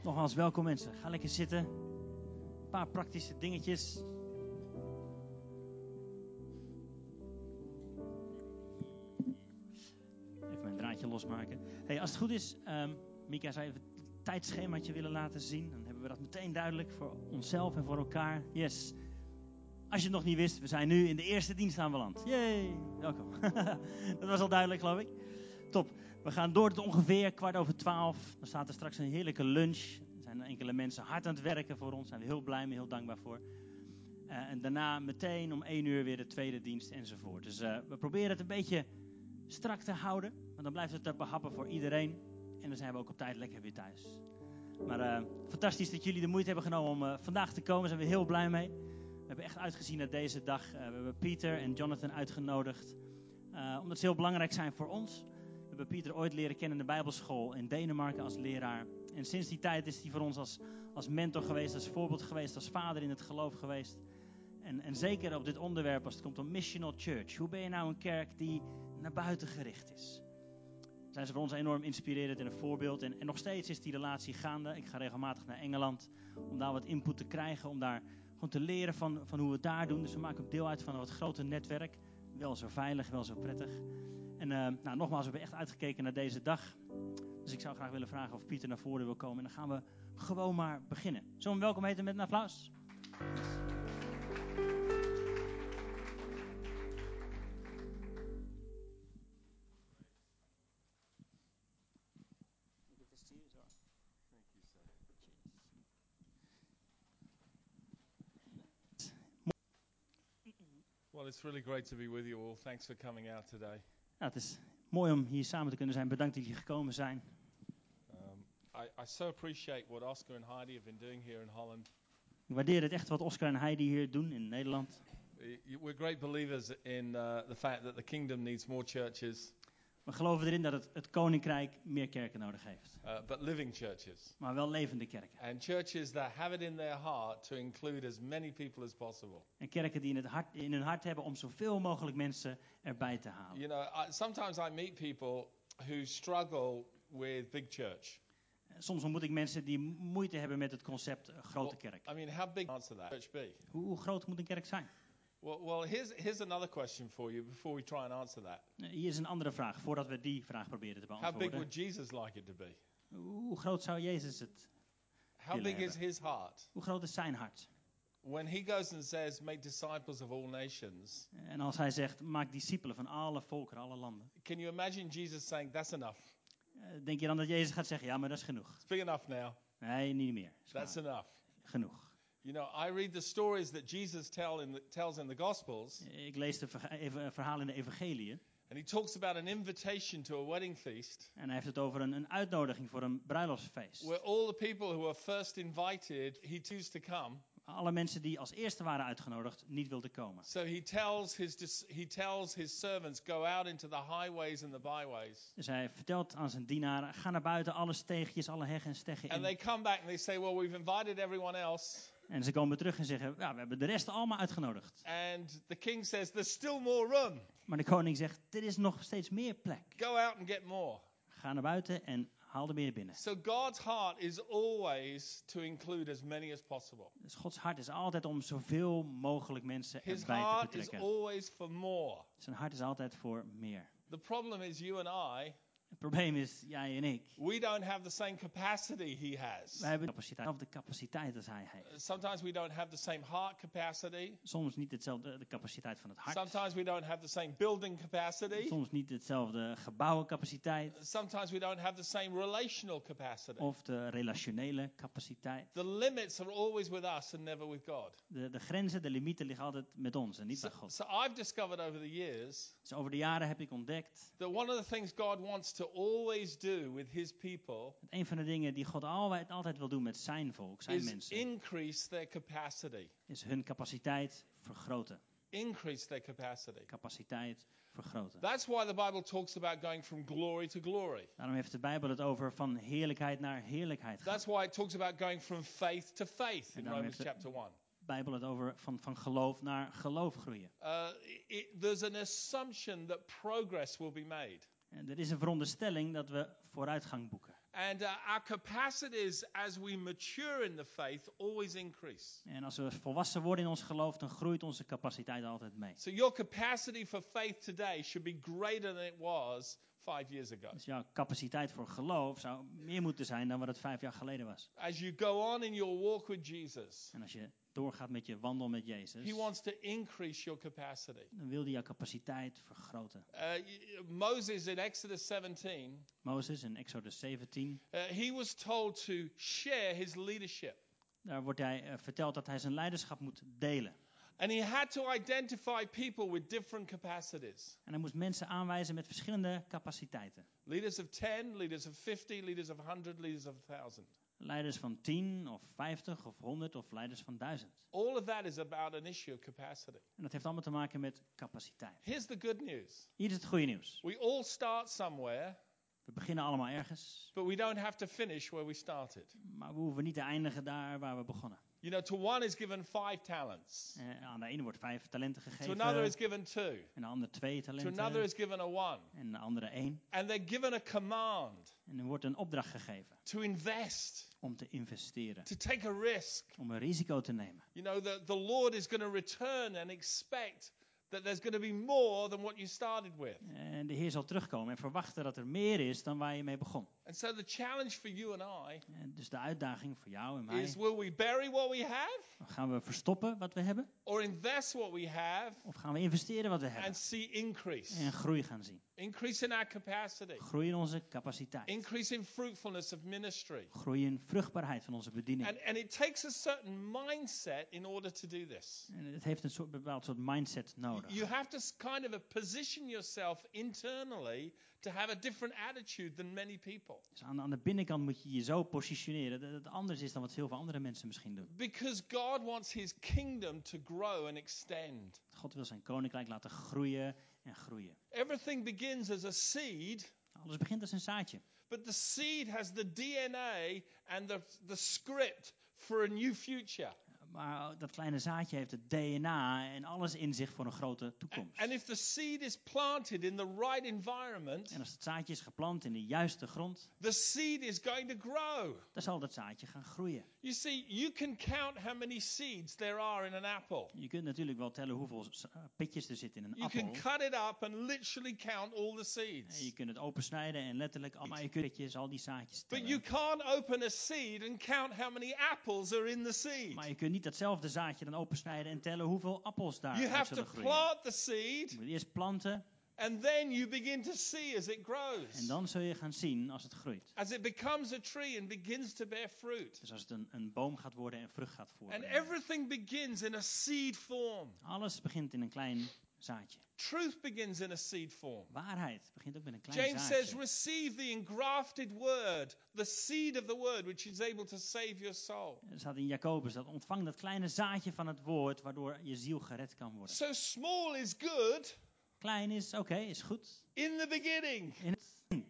Nogmaals, welkom mensen. Ga lekker zitten. Een paar praktische dingetjes. Even mijn draadje losmaken. Hey, als het goed is, Mika zou even het tijdschemaatje willen laten zien. Dan hebben we dat meteen duidelijk voor onszelf en voor elkaar. Yes. Als je het nog niet wist, we zijn nu in de eerste dienst aanbeland. Yay, welkom. Dat was al duidelijk, geloof ik. Top. We gaan door tot ongeveer 12:15. Dan staat er straks een heerlijke lunch. Er zijn enkele mensen hard aan het werken voor ons. Daar zijn we heel blij mee, heel dankbaar voor. En daarna meteen om 1 uur weer de tweede dienst enzovoort. Dus we proberen het een beetje strak te houden. Maar dan blijft het te behappen voor iedereen. En dan zijn we ook op tijd lekker weer thuis. Maar fantastisch dat jullie de moeite hebben genomen om vandaag te komen. Daar zijn we heel blij mee. We hebben echt uitgezien naar deze dag. We hebben Pieter en Jonathan uitgenodigd. Omdat ze heel belangrijk zijn voor ons. We hebben Pieter ooit leren kennen in de Bijbelschool in Denemarken als leraar. En sinds die tijd is hij voor ons als mentor geweest, als voorbeeld geweest, als vader in het geloof geweest. En zeker op dit onderwerp als het komt om missional church. Hoe ben je nou een kerk die naar buiten gericht is? Zijn ze voor ons enorm inspirerend en een voorbeeld. En nog steeds is die relatie gaande. Ik ga regelmatig naar Engeland om daar wat input te krijgen. Om daar gewoon te leren van hoe we het daar doen. Dus we maken ook deel uit van een wat groter netwerk. Wel zo veilig, wel zo prettig. En nogmaals, we hebben echt uitgekeken naar deze dag. Dus ik zou graag willen vragen of Pieter naar voren wil komen. En dan gaan we gewoon maar beginnen. Zullen we hem welkom heten met een applaus? Well, it's really great to be with you all. Thanks for coming out today. Het is mooi om hier samen te kunnen zijn. Bedankt dat jullie gekomen zijn. I so appreciate what Oscar and Heidi have been doing here in Holland. Ik waardeer het echt wat Oscar en Heidi hier doen in Nederland. We're great believers in the fact that the kingdom needs more churches. We geloven erin dat het koninkrijk meer kerken nodig heeft. But living churches. Maar wel levende kerken. And churches that have it in their heart to include as many people as possible. En kerken die in hun hart hebben om zoveel mogelijk mensen erbij te halen. You know, sometimes I meet people who struggle with big church. Soms ontmoet ik mensen die moeite hebben met het concept grote kerk. I mean, how big answer that church be? Hoe groot moet een kerk zijn? Well, here's another question for you before we try and answer that. Hier is een andere vraag, voordat we die vraag proberen te How beantwoorden. big would Jesus like it to be? Hoe groot zou Jezus het How big is his heart? Hoe groot is zijn hart? When he goes and says, make disciples of all nations. En als hij zegt, maak discipelen van alle volkeren, alle landen. Can you imagine Jesus saying, that's enough? Denk je dan dat Jezus gaat zeggen, ja, maar dat is genoeg? It's big enough now. Nee, niet meer. That's enough. Genoeg. You know, I read the stories that Jesus tells in the Gospels. Ik lees de verhalen in de evangeliën. And he talks about an invitation to a wedding feast. En hij heeft het over een uitnodiging voor een bruiloftsfeest. Where all the people who were first invited, he chose to come. Alle mensen die als eerste waren uitgenodigd, niet wilden komen. So he tells his servants, go out into the highways and the byways. Dus hij vertelt aan zijn dienaren, ga naar buiten, alle steegjes, alle heggen en steggen in. And they come back and they say, well, we've invited everyone else. En ze komen terug en zeggen, ja, we hebben de rest allemaal uitgenodigd. And the king says, there's still more room. Maar de koning zegt, er is nog steeds meer plek. Go out and get more. Ga naar buiten en haal er meer binnen. So God's heart is always to include as many as possible. Dus Gods hart is altijd om zoveel mogelijk mensen His erbij te heart is betrekken. always for more. Zijn hart is altijd voor meer. The problem is you and I. Het probleem is, jij en ik. We don't have the same capacity he has. Wij hebben dezelfde capaciteit als hij heeft. Sometimes we don't have the same heart capacity. Soms niet hetzelfde de capaciteit van het hart. Sometimes we don't have the same building capacity. Soms niet hetzelfde gebouwencapaciteit. Sometimes we don't have the same relational capacity. Of de relationele capaciteit. The limits are always with us and never with God. De grenzen, de limieten liggen altijd met ons en niet bij God. So I've discovered over the years. Dus over de jaren heb ik ontdekt. That one of the things God wants to always do with his people. Een van de dingen die God altijd wil doen met zijn volk, zijn mensen. Increase their capacity. Is hun capaciteit vergroten. Increase their capacity. Capaciteit vergroten. That's why the Bible talks about going from glory to glory. Daarom heeft de Bijbel het over van heerlijkheid naar heerlijkheid gaan. That's why it talks about going from faith to faith in Romans chapter 1. Bijbel het over van geloof naar geloof groeien. There's an assumption that progress will be made. En er is een veronderstelling dat we vooruitgang boeken. And our capacities as we mature in the faith always increase. En als we volwassen worden in ons geloof, dan groeit onze capaciteit altijd mee. So your capacity for faith today should be greater than it was 5 years ago. Dus jouw capaciteit voor geloof zou meer moeten zijn dan wat het 5 jaar geleden was. As you go on in your walk with Jesus, En als je doorgaat met je wandel met Jezus, He wants to increase your capacity. dan wil hij jouw capaciteit vergroten. Moses in Exodus 17, Mozes in Exodus 17, he was told to share his leadership. daar wordt hij verteld dat hij zijn leiderschap moet delen. And he had to identify people with different capacities. En hij moest mensen aanwijzen met verschillende capaciteiten. Leaders of 10, leaders of 50, leaders of 100, leaders of 1000. Leiders van 10 of 50 of 100 of leiders van 1000. All of that is about an issue of capacity. En dat heeft allemaal te maken met capaciteit. Here's the good news. Hier is het goede nieuws. We all start somewhere, We beginnen allemaal ergens, but we don't have to finish where we started. maar we hoeven niet te eindigen daar waar we begonnen. You know, to one is given 5 talents. Aan de ene wordt 5 talenten To gegeven, another is given 2. en de andere 2 To another talenten, is given a 1. en de andere 1. And they're given a command En er wordt een opdracht gegeven to invest, om te investeren, to take a risk. om een risico te nemen. You know, the Lord is going to return and expect that there's going to be more than what you started with. En de Heer zal terugkomen en verwachten dat er meer is dan waar je mee begon. And so the challenge for you and I En dus de uitdaging voor jou en mij, is, will we bury what we have gaan we verstoppen wat we hebben? or invest what we have Of gaan we investeren wat we hebben and see increase? en groei gaan zien? Increase in our capacity. Groei in onze capaciteit. Increase in fruitfulness of ministry. Groei in vruchtbaarheid van onze bediening. And it takes a certain mindset in order to do this. En het heeft een bepaald soort mindset nodig. You have to kind of position yourself internally to have a different attitude than many people. Dus aan de binnenkant moet je je zo positioneren dat het anders is dan wat heel veel andere mensen misschien doen. Because God wants His kingdom to grow and extend. God wil zijn koninkrijk laten groeien en groeien. Everything begins as a seed, Alles begint als een zaadje. but the seed has the DNA and the script for a new future. Maar dat kleine zaadje heeft het DNA en alles in zich voor een grote toekomst. And if the seed is planted in the right environment, En als het zaadje is geplant in de juiste grond, the seed is going to grow. dan zal dat zaadje gaan groeien. You see, you can count how many seeds there are in an apple. Je kunt natuurlijk wel tellen hoeveel pitjes er zitten in een You appel. can cut it up and literally count all the seeds. En je kunt het opensnijden en letterlijk allemaal je pitjes, al die zaadjes But you tellen. can't open a seed and count how many apples are in the seed. Maar je kunt niet datzelfde zaadje dan opensnijden en tellen hoeveel appels daar You have zullen to groeien. plant the Je seed, moet eerst planten and then you begin to see as it en grows. dan zul je gaan zien als het groeit. As it becomes a tree and begins to bear fruit. Dus als het een boom gaat worden en vrucht gaat And voortbrengen. everything begins in a seed form. Alles begint in een klein zaadje. Truth begins in a seed form. Waarheid begint ook met een klein James says, zaadje. receive the engrafted word, the seed of the word, which is able to save your soul. Er staat in Jacobus dat ontvang dat kleine zaadje van het woord waardoor je ziel gered kan worden. So small is good Klein is oké, is goed. in the beginning. In het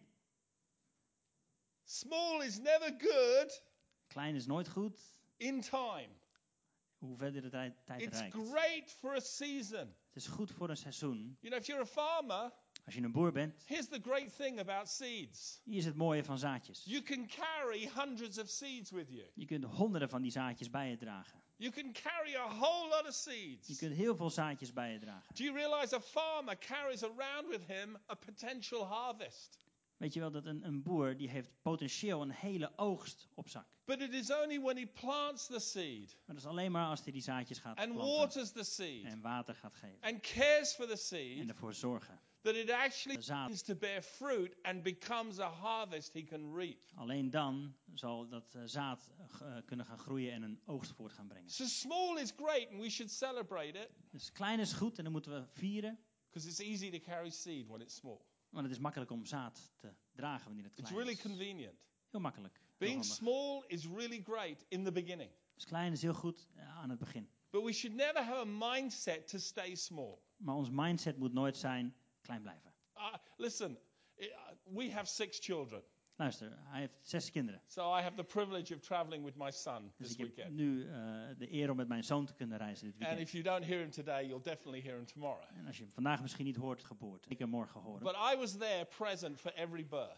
Small is never good klein is nooit goed. in time. Hoe verder de tijd It's reikt. great for a season. Het is goed voor een seizoen. You know, if you're a farmer, Als je een boer bent, here's the great thing about seeds. hier is het mooie van zaadjes. You can carry hundreds of seeds with you. Je kunt honderden van die zaadjes bij je dragen. You can carry a whole lot of Je seeds. kunt heel veel zaadjes bij je dragen. Do you realize a farmer carries around with him a potential harvest? Weet je wel dat een boer die heeft potentieel een hele oogst op zak. But it is only when he plants the seed Maar dat is alleen maar als hij die zaadjes gaat and planten waters the seed en water gaat geven. and cares for the En seed ervoor zorgen. that it actually De zaad. begins to bear fruit and becomes a harvest he can reap. Alleen dan zal dat zaad kunnen gaan groeien en een oogst voort gaan brengen. So small is great and we should celebrate it Dus klein is goed en dan moeten we vieren. because it's easy to carry seed when it's small. Want het is makkelijk om zaad te dragen wanneer het It's klein really is. convenient. Heel makkelijk. Heel Being handig. small is really great in the beginning. Dus klein is heel goed aan het begin. But we should never have a mindset to stay small. Maar ons mindset moet nooit zijn klein blijven. Listen, we have 6 children. Luister, hij heeft 6 kinderen. So I have the privilege of traveling with my son Dus this ik heb weekend. nu de eer om met mijn zoon te kunnen reizen dit And weekend. if you don't hear him today, you'll definitely hear him tomorrow. En als je hem vandaag misschien niet hoort, geboorte. Ik heb morgen horen. But I was there present for every birth.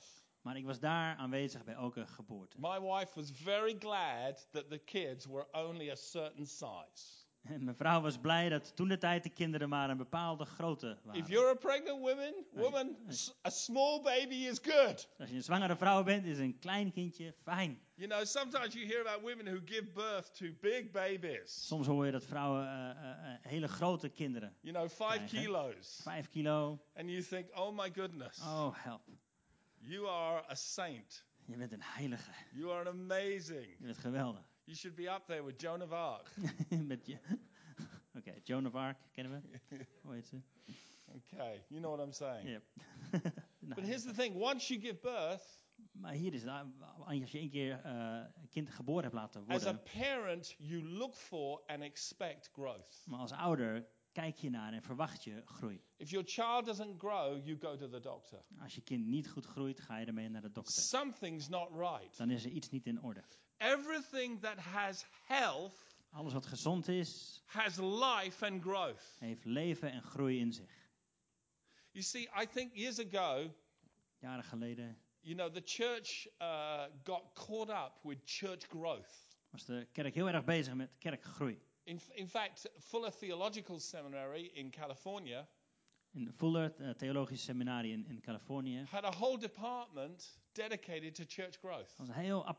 Maar ik was daar aanwezig bij elke geboorte. My wife was very glad that the kids were only a certain size. En mijn vrouw was blij dat toen de tijd de kinderen maar een bepaalde grootte If waren. you're a pregnant woman, a small baby is good. Als je een zwangere vrouw bent, is een klein kindje fijn. You know, sometimes you hear about women who give birth to big babies. Soms hoor je dat vrouwen hele grote kinderen You know, 5 krijgen. kilos. 5 kilo. And you think, oh my goodness, Oh, help. you are a saint. Je bent een heilige. You are amazing. Je bent geweldig. You should be up there with Joan of Arc. Met je. Oké, Joan of Arc, kennen we? Hoe heet ze? Okay, you know what I'm saying. Yep. But here's the thing, once you give birth, Maar hier is het, als je een keer een kind geboren hebt laten as a worden, parent, you look for and expect growth. maar als ouder kijk je naar en verwacht je groei. If your child doesn't grow, you go to the doctor. Als je kind niet goed groeit, ga je ermee naar de dokter. Something's not right. Dan is er iets niet in orde. Everything that has health Alles wat gezond is, has life and growth. heeft leven en groei in zich. You see, I think years ago, Jaren geleden you know, the church got caught up with church growth. was de kerk heel erg bezig met kerkgroei. In fact, Fuller Theological Seminary in California In Fuller Theologisch Seminarie in Californië had a whole department dedicated to church growth. was een heel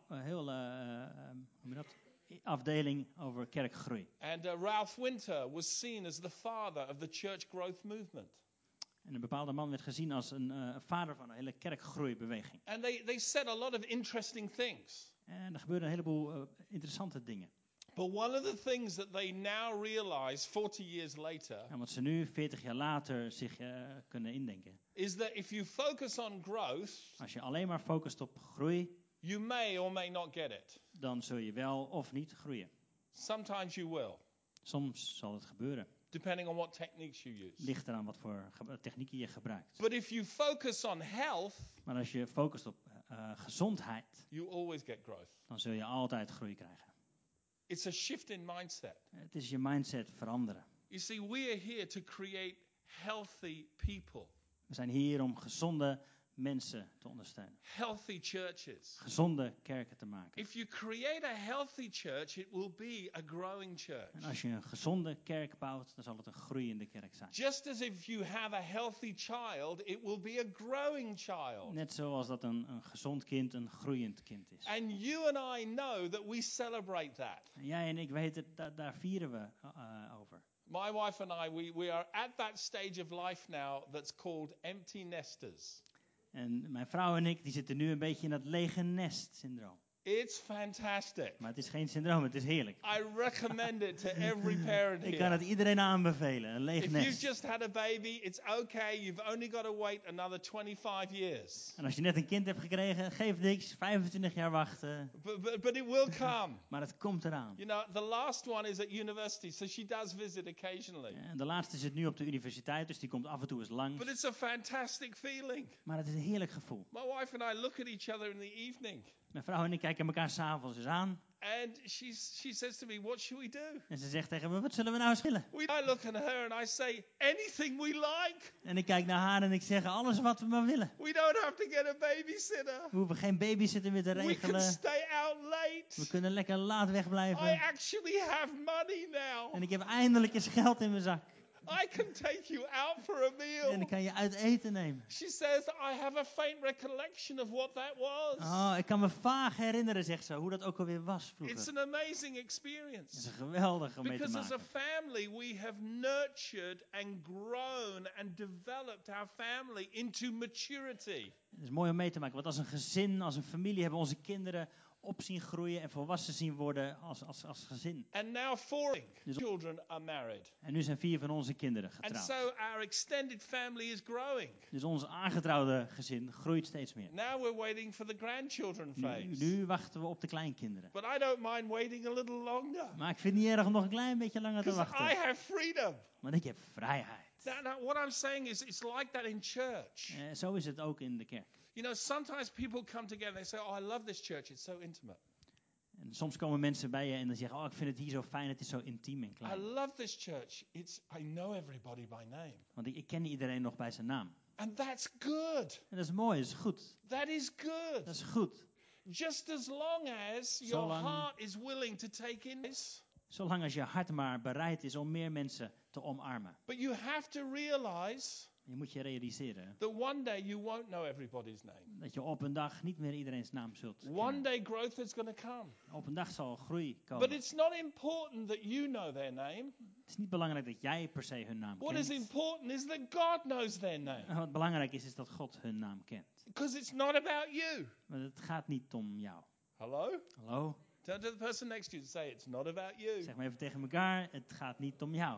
afdeling over kerkgroei. And Ralph Winter was seen as the father of the church growth movement. En een bepaalde man werd gezien als een vader van een hele kerkgroeibeweging. And they said a lot of interesting things. En er gebeurden een heleboel interessante dingen. But one of the things that they now realize 40 years later En wat ze nu 40 jaar later zich kunnen indenken. is that if you focus on growth, Als je alleen maar focust op groei, you may or may not get it. dan zul je wel of niet groeien. Sometimes you will, Soms zal het gebeuren. depending on what techniques you use. Ligt eraan wat voor technieken je gebruikt. But if you focus on health, Maar als je focust op gezondheid, you always get growth. dan zul je altijd groei krijgen. It's a shift in mindset. Het is je mindset veranderen. You see, we are here to create healthy people, We zijn hier om gezonde mensen te ondersteunen. healthy churches. Gezonde kerken te maken. If you create a healthy church, it will be a growing church. En als je een gezonde kerk bouwt, dan zal het een groeiende kerk zijn. Just as if you have a healthy child, it will be a growing child. Net zoals dat een gezond kind een groeiend kind is. And you and I know that we celebrate that. En jij en ik weten, daar vieren we over. My wife and I, we are at that stage of life now that's called empty nesters. En mijn vrouw en ik die zitten nu een beetje in dat lege nest syndroom. It's fantastic. Maar het is geen syndroom, het is heerlijk. I recommend it to every parent Ik kan het here. iedereen aanbevelen, een leeg If you've nest. just had a baby, it's okay. You've only got to wait another 25 years. En als je net een kind hebt gekregen, geef niks, 25 jaar wachten. But it will come. Maar het komt eraan. You know, the last one is at university, so she does visit occasionally. En de laatste zit nu op de universiteit, dus die komt af en toe eens langs. But it's a fantastic feeling. Maar het is een heerlijk gevoel. My wife and I look at each other in the evening, Mijn vrouw en ik kijken elkaar s'avonds eens aan. and she says to me, "What should we do?" En ze zegt tegen me, wat zullen we nou eens willen? I look at her and I say, "Anything we like. En ik kijk naar haar en ik zeg, alles wat we maar willen. We don't have to get a babysitter. We hoeven geen babysitter meer te We can regelen. stay out late. We kunnen lekker laat I wegblijven. actually have money now. En ik heb eindelijk eens geld in mijn zak. I can take you out for a En meal." ik kan je uit eten nemen. She says, "I have a faint recollection of what that was." Oh, ik kan me vaag herinneren, zegt ze, hoe dat ook alweer was It's vroeger. an amazing Het is experience. een geweldig om mee te Because as a maken. family, we have nurtured and grown and developed our family into maturity. Het is mooi om mee te maken, want als een gezin, als een familie hebben we onze kinderen op zien groeien en volwassen zien worden als gezin. And now 4 children are married. En nu zijn 4 van onze kinderen And getrouwd. so our extended family is growing. Dus ons aangetrouwde gezin groeit steeds meer. Now we're waiting for the grandchildren phase. Nu wachten we op de kleinkinderen. But I don't mind waiting a little longer. Maar ik vind het niet erg om nog een klein beetje langer te Because I wachten. have freedom. Want ik heb vrijheid. Now, what I'm saying is, it's like that in church. Zo is het ook in de kerk. You know, sometimes people come together and they say, "Oh, I love this church. It's so intimate. En soms komen mensen bij je en dan zeggen, oh, ik vind het hier zo fijn, het is zo intiem en I klein. love this church. I know everybody by name." Want ik ken iedereen nog bij zijn naam. And that's good. En dat is mooi, dat is goed. That is good. Dat is goed. Just as long as your Zolang- heart is willing to take in this. Zolang als je hart maar bereid is om meer mensen te omarmen. But you have to realize Je moet je realiseren that one day you won't know everybody's name. dat je op een dag niet meer iedereen's naam zult One kennen. day growth is going to come. Op een dag zal groei But komen. it's not important that you know their name. Het is niet belangrijk dat jij per se hun naam What is kent. important is that God knows their name. Wat belangrijk is dat God hun naam kent. Because it's not about you. Maar het gaat niet om jou. Hello? Hallo? Turn to the person next to you and say, it's not about you. Zeg maar even tegen elkaar, het gaat niet om jou.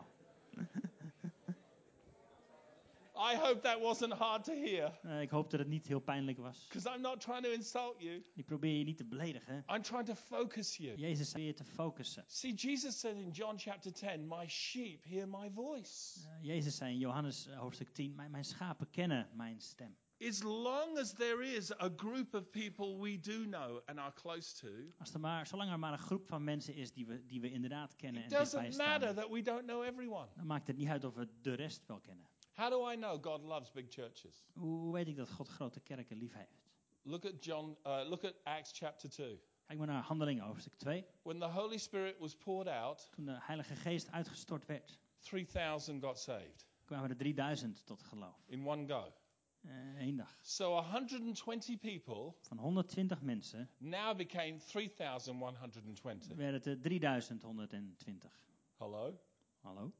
I hope that wasn't hard to hear. Ik hoop dat het niet heel pijnlijk was. Because I'm not trying to insult you. Ik probeer je niet te beledigen. I'm trying to focus you. Jezus probeert je te focussen. See, Jesus said in John chapter 10, my sheep hear my voice. Jezus zei in Johannes hoofdstuk 10, mijn schapen kennen mijn stem. As long as there is a group of people we do know and are close to, Zolang er maar een groep van mensen is die we inderdaad kennen it en dichtbij doesn't matter staan, that we don't know everyone. dan maakt het niet uit of we de rest wel kennen. How do I know God loves big churches? Hoe weet ik dat God grote kerken lief heeft? Look at Acts chapter 2. Kijk maar naar Handelingen hoofdstuk 2. When the Holy Spirit was poured out, Toen de Heilige Geest uitgestort werd, 3,000 got saved kwamen er 3000 tot geloof. in one go. 1 dag. So 120 people Van 120 mensen now became 3,120. werden het er 3120. Hello? Hallo?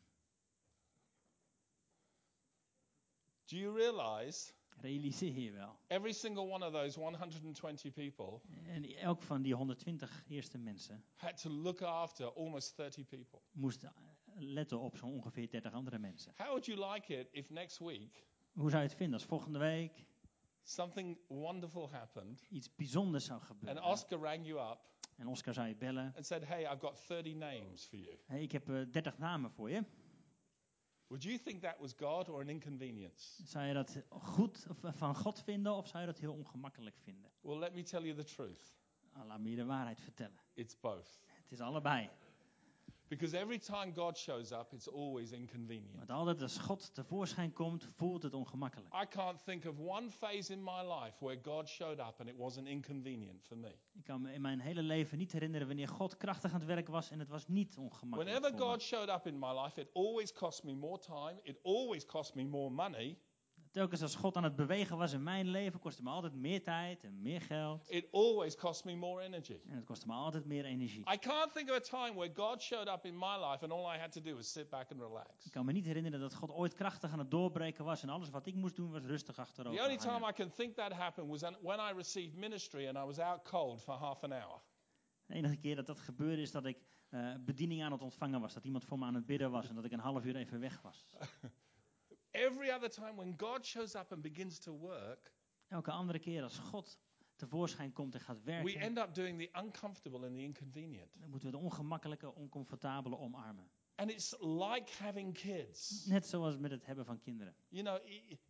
Do you realize Realiseer je wel. every single one of those 120 people En elk van die 120 eerste mensen had to look after almost 30 people? moest letten op zo'n ongeveer 30 andere mensen. How would you like it if next week Hoe zou je het vinden als volgende week something wonderful happened iets bijzonders zou and gebeuren? Oscar rang you up En Oscar zou je bellen. and said, hey, I've got 30 names for you? Hey, ik heb 30 namen voor je. Would you think that was God or an inconvenience? Zou je dat goed van God vinden of zou je dat heel ongemakkelijk vinden? Well, let me tell you the truth. Laat me je de waarheid vertellen. It's both. Het is allebei. Because every time God shows up, it's always inconvenient. Want altijd als God tevoorschijn komt, voelt het ongemakkelijk. I can't think of one phase in my life where God showed up and it wasn't inconvenient for me. Ik kan me in mijn hele leven niet herinneren wanneer God krachtig aan het werk was en het was niet ongemakkelijk Whenever voor me. God showed up in my life, it always cost me more time, it always cost me more money, Telkens als God aan het bewegen was in mijn leven, kostte me altijd meer tijd en meer geld. it always cost me more energy. En het kostte me altijd meer energie. I can't think of a time where God showed up in my life and all I had to do was sit back and relax. Ik kan me niet herinneren dat God ooit krachtig aan het doorbreken was en alles wat ik moest doen was rustig achterover The only hangen. time I can think that happened was when I received ministry and I was out cold for half an hour. De enige keer dat gebeurde is dat ik bediening aan het ontvangen was. Dat iemand voor me aan het bidden was en dat ik een half uur even weg was. Every other time when God shows up and begins to work, Elke andere keer als God tevoorschijn komt en gaat we werken, end up doing the uncomfortable and the inconvenient. dan moeten we de ongemakkelijke, oncomfortabele omarmen. And it's like having kids. Net zoals met het hebben van kinderen. You know,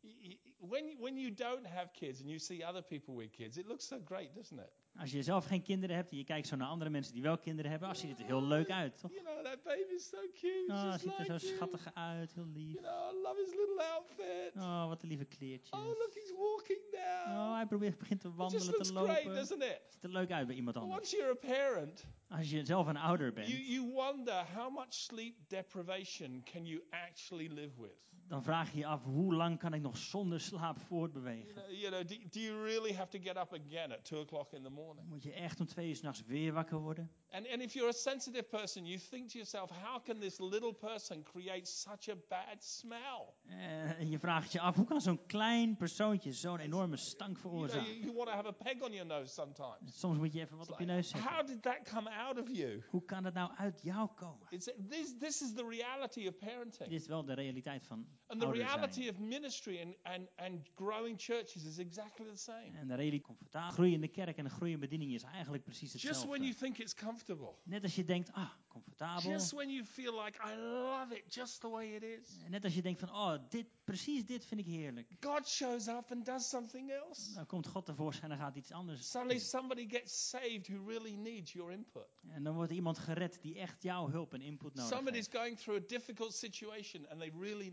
when you don't have kids and you see other people with kids, it looks so great, doesn't it? Als je zelf geen kinderen hebt en je kijkt zo naar andere mensen die wel kinderen hebben, ziet het er heel leuk uit, toch? You know, that baby's so cute. Oh, just het ziet er like zo you. schattig uit, heel lief. You know, I love his little outfit. Oh, wat een lieve kleertjes. Oh, look, he's walking now. Oh, hij begint te It just wandelen, looks te great, lopen. doesn't it? Het ziet er leuk uit bij iemand anders. Once you're a parent, Als je zelf een ouder bent, you wonder how much sleep deprivation can you actually live with? dan vraag je je af, hoe lang kan ik nog zonder slaap voortbewegen? Do you really have to get up again at 2 o'clock in the morning? Moet je echt om 2 uur 's nachts weer wakker worden? And if you're a sensitive person, you think to yourself, how can this little person create such a bad smell? En je vraagt je af, hoe kan zo'n klein persoontje zo'n enorme stank veroorzaken? You want to have a peg on your nose sometimes. Soms moet je even wat op je neus zetten. How did that come out of you? Hoe kan het nou uit jou komen? This is the reality of parenting. Dit is wel de realiteit van And the ouder reality zijn. of ministry and growing churches is exactly the same. En de realiteit comfortabel. Groeiende kerk en een groeiende bediening is eigenlijk precies Just when you hetzelfde. think it's comfortable. Net als je denkt, comfortabel. Just when you feel like, I love it just the way it is. En net als je denkt van, precies dit vind ik heerlijk. God shows up and does something else. Dan komt God tevoorschijn en gaat iets anders Suddenly doen. somebody gets saved who really needs your input. En dan wordt iemand gered die echt jouw hulp en input nodig Somebody's heeft. going through a difficult situation and they really need you to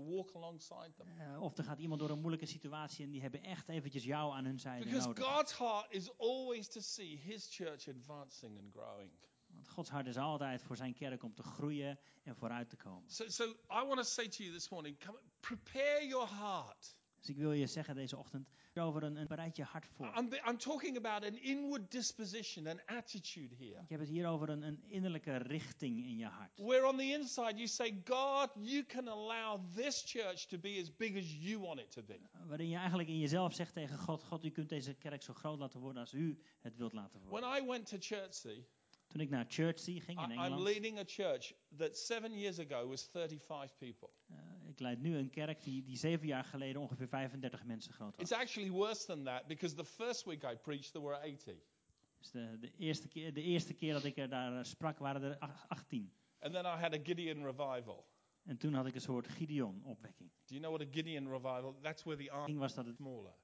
to walk alongside them. Of er gaat iemand door een moeilijke situatie en die hebben echt eventjes jou aan hun zijde Because nodig. God's heart is always to see His church advancing and growing. Want Gods hart is altijd voor zijn kerk om te groeien en vooruit te komen. So I want to say to you this morning, prepare your heart. Dus ik wil je zeggen deze ochtend over een bereid je hart voor. I'm talking about an inward disposition, an attitude here. Ik heb het hier over een innerlijke richting in je hart. Where on the inside you say, God, you can allow this church to be as big as you want it to be. Waarin je eigenlijk in jezelf zegt tegen God, God, u kunt deze kerk zo groot laten worden als u het wilt laten worden. When I went to Chertsey, Toen ik naar Chertsey ging in I'm Engeland. leading a church that 7 years ago was 35 people. Ik leid nu een kerk die 7 jaar geleden ongeveer 35 mensen groot was. It's actually worse than that because the first week I preached there were 80. Dus de eerste keer dat ik er daar sprak waren er 18. And then I had a Gideon revival. En toen had ik een soort Gideon-opwekking. Do you know what a Gideon revival? That's where the army Was dat het, smaller.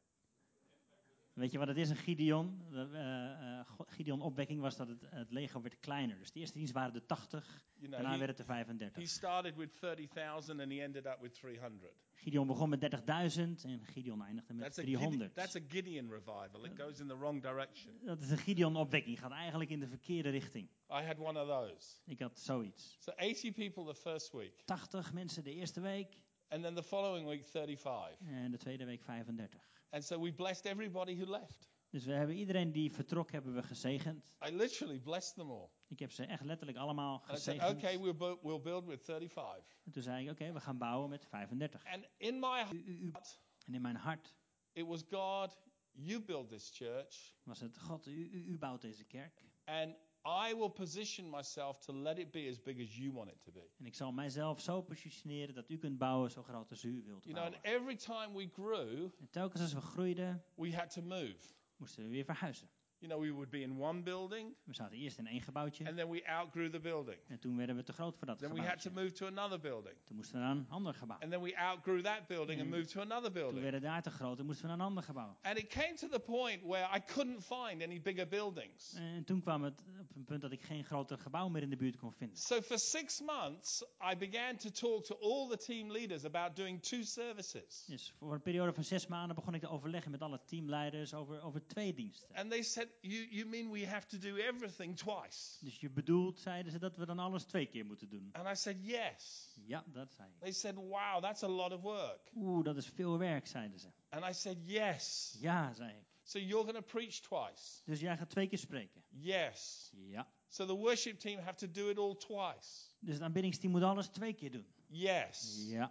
weet je wat het is, een Gideon? Gideon-opwekking was dat het leger werd kleiner. Dus de eerste dienst waren er 80, You daarna know, werd het er he 35. started with 30,000 and he ended up with 300. Gideon begon met 30.000 en Gideon eindigde met 300. That's a Gideon revival. It goes in the wrong direction. Dat is een Gideon-opwekking, gaat eigenlijk in de verkeerde richting. I had one of those. Ik had zoiets. So 80 people the first week. 80 mensen de eerste week And then the following week, 35. en de tweede week 35. And so we blessed everybody who left. Dus we hebben iedereen die vertrok hebben we gezegend. I literally blessed them all. Ik heb ze echt letterlijk allemaal And I said, gezegend. okay, we'll build with 35. En toen zei ik, oké, we gaan bouwen met 35. And in my heart, en in mijn hart it was, God, you build this church. Was het, God, u bouwt deze kerk. And I will position myself to let it be as big as you want it to be. En ik zal mijzelf zo positioneren dat u kunt bouwen zo groot als u wilt You know, bouwen. and every time we grew, En telkens als we groeiden, we had to move. moesten we weer verhuizen. You know, we would be in one building, We zaten eerst in één gebouwtje. and then we outgrew the building. En toen werden we te groot voor dat Then we had to gebouwtje. move to another building. Toen moesten we naar een ander gebouw. And then we outgrew that building and moved to another Toen building. werden we daar te groot en moesten we naar een ander gebouw. And it came to the point where I couldn't find any bigger buildings. En toen kwam het op een punt dat ik geen groter gebouw meer in de buurt kon vinden. So for 6 months, I began to talk to all the team leaders about doing 2 services. Dus voor een periode van 6 maanden begon ik te overleggen met alle teamleiders over 2 diensten. And they said, you mean we have to do everything twice? Dus je bedoelt, zeiden ze, dat we dan alles 2 keer moeten doen. And I said, yes. Ja, dat zei ik. They said, wow, that's a lot of work. Dat is veel werk, zeiden ze. And I said, yes. Ja, zei ik. So you're going to preach twice? Dus jij gaat 2 keer spreken? Yes. Ja. So the worship team have to do it all twice? Dus het aanbiddingsteam moet alles 2 keer doen? Yes. Ja.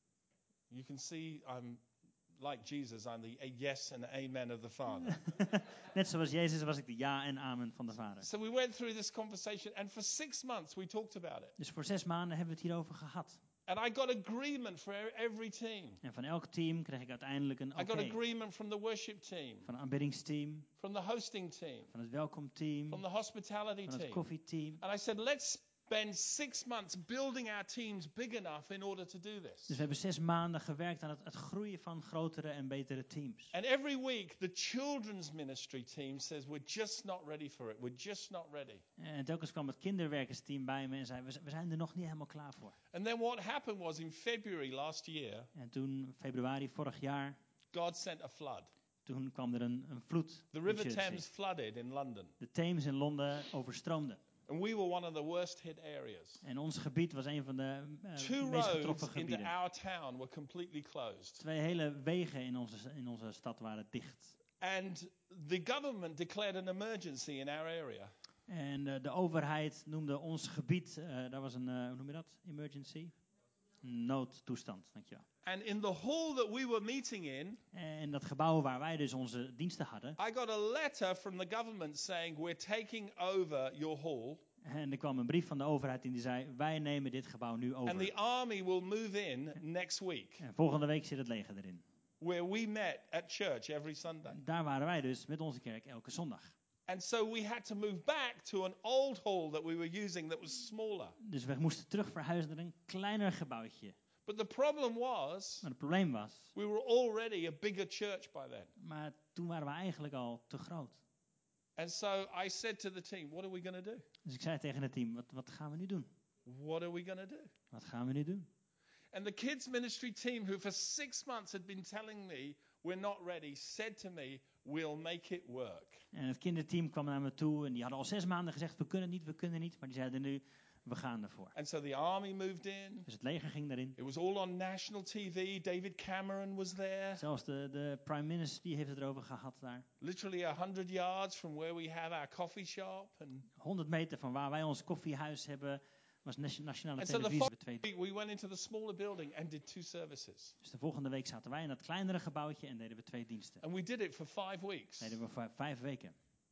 You can see I'm like Jesus, I'm the yes and amen of the Father. Net zoals Jezus was ik de ja en amen van de Vader. So we went through this conversation, and for 6 months we talked about it. Dus voor 6 maanden hebben we het hierover gehad. And I got agreement for every team. En van elk team kreeg ik uiteindelijk een I got oké. agreement from the worship team, Van het aanbiddingsteam, from the hosting team, van het welkomteam, from the hospitality van het team. koffieteam. And I said, let's spend 6 months building our teams big enough in order to do this. Dus we hebben 6 maanden gewerkt aan het groeien van grotere en betere teams. And every week the children's ministry team says, we're just not ready for it. We're just not ready. En telkens kwam het kinderwerkersteam bij me en zei, we zijn er nog niet helemaal klaar voor. And then what happened was in February last year, En toen, februari vorig jaar, God sent a flood. toen kwam er een vloed. The in River Jersey. Thames flooded in London. De Theems in Londen overstroomde. And we were one of the worst hit areas. En ons gebied was een van de 2 meest roads getroffen into gebieden. our town were completely closed. 2 hele wegen in onze stad waren dicht. And the government declared an emergency in our area. En de overheid noemde ons gebied, daar was een, hoe noem je dat? Emergency? Een noodtoestand, dankjewel. And in the hall that we were meeting in, En dat gebouw waar wij dus onze diensten hadden. I got a letter from the government saying, we're taking over your hall. En er kwam een brief van de overheid in die zei, wij nemen dit gebouw nu over. And the army will move in next week. En volgende week zit het leger erin. Where we met at church every Sunday. Daar waren wij dus met onze kerk elke zondag. And so we had to move back to an old hall that we were using that was smaller. Dus we moesten terug verhuizen naar een kleiner gebouwtje. But the problem was, Maar het probleem was, we were already a bigger church by then. maar toen waren we eigenlijk al te groot. And so I said to the team, what are we going to do? Dus ik zei tegen het team, wat gaan we nu doen? What are we going to do? Wat gaan we nu doen? And the kids ministry team, who for 6 months had been telling me we're not ready, said to me, we'll make it work. En het kinderteam kwam naar me toe en die hadden al 6 maanden gezegd, we kunnen niet. Maar die zeiden nu, we gaan ervoor. And so the army moved in. Dus het leger ging daarin. It was all on national TV. David Cameron was there. Zelfs de prime minister die heeft het erover gehad daar. Literally 100 yards from where we have our coffee shop. And 100 meter van waar wij ons koffiehuis hebben, was nationale so the televisie. following week we went into the smaller building and did 2 services. Dus de volgende week zaten wij in dat kleinere gebouwtje en deden we 2 diensten. And we did it for 5 weeks. Deden we voor 5 weken.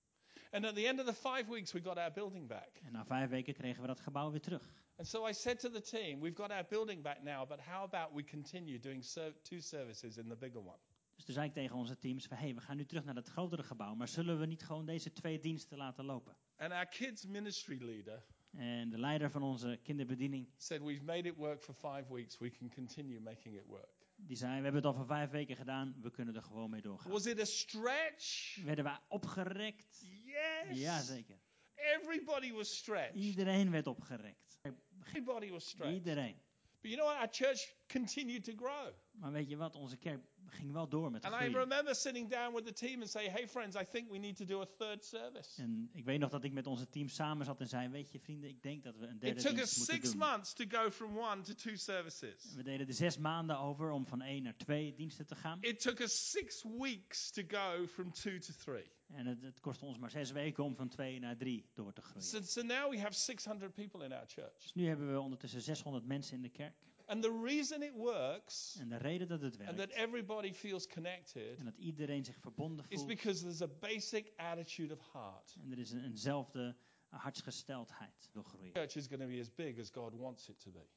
And at the end of the 5 weeks, we got our building back. En na 5 weken kregen we dat gebouw weer terug. And so I said to the team, we've got our building back now, but how about we continue doing 2 services in the bigger one? Dus toen zei ik tegen onze teams, we gaan nu terug naar dat grotere gebouw, maar zullen we niet gewoon deze 2 diensten laten lopen? And our kids ministry leader En de leider van onze kinderbediening, said, we've made it work for 5 weeks, we can continue making it work. die zei, we hebben het al voor 5 weken gedaan, we kunnen er gewoon mee doorgaan. Was it a stretch? Werden wij opgerekt? Yes. Jazeker. Everybody was stretched. Iedereen werd opgerekt. Everybody was stretched. Iedereen. But you know what? Our church continued to grow. Maar weet je wat, onze kerk ging wel door met de And I groei. remember sitting down with the team and saying, hey friends, I think we need to do a 3rd service. En ik weet nog dat ik met onze team samen zat en zei, weet je vrienden, ik denk dat we een It derde took us dienst moeten 6 doen. months to go from 1 to 2 services. We deden er 6 maanden over om van 1 naar 2 diensten te gaan. It took us 6 weeks to go from 2 to 3. En het kostte ons maar 6 weken om van 2 naar 3 door te groeien. So now we have 600 people in our church. Dus nu hebben we ondertussen 600 mensen in de kerk. And the reason it works En de reden dat het and that werkt everybody feels connected en dat iedereen zich verbonden is voelt. because there's a basic attitude of heart. En er is eenzelfde hartsgesteldheid door groeien. Church is going to be as big as God wants it to be.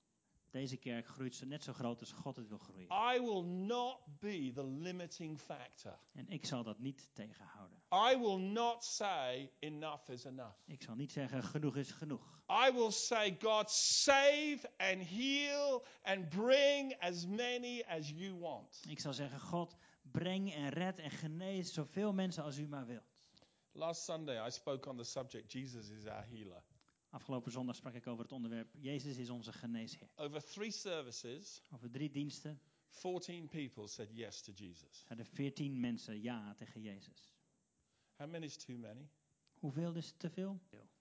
Deze kerk groeit net zo groot als God het wil groeien. I will not be the limiting factor. En ik zal dat niet tegenhouden. I will not say enough is enough. Ik zal niet zeggen genoeg is genoeg. I will say, God, save and heal and bring as many as you want. Ik zal zeggen, God, breng en red en genees zoveel mensen als u maar wilt. Last Sunday I spoke on the subject, Jesus is our healer. Afgelopen zondag sprak ik over het onderwerp, Jezus is onze geneesheer. Over 3 services, Over 3 diensten 14 people said yes to Jesus. zeiden 14 mensen ja tegen Jezus. How many is too many? Hoeveel is te veel?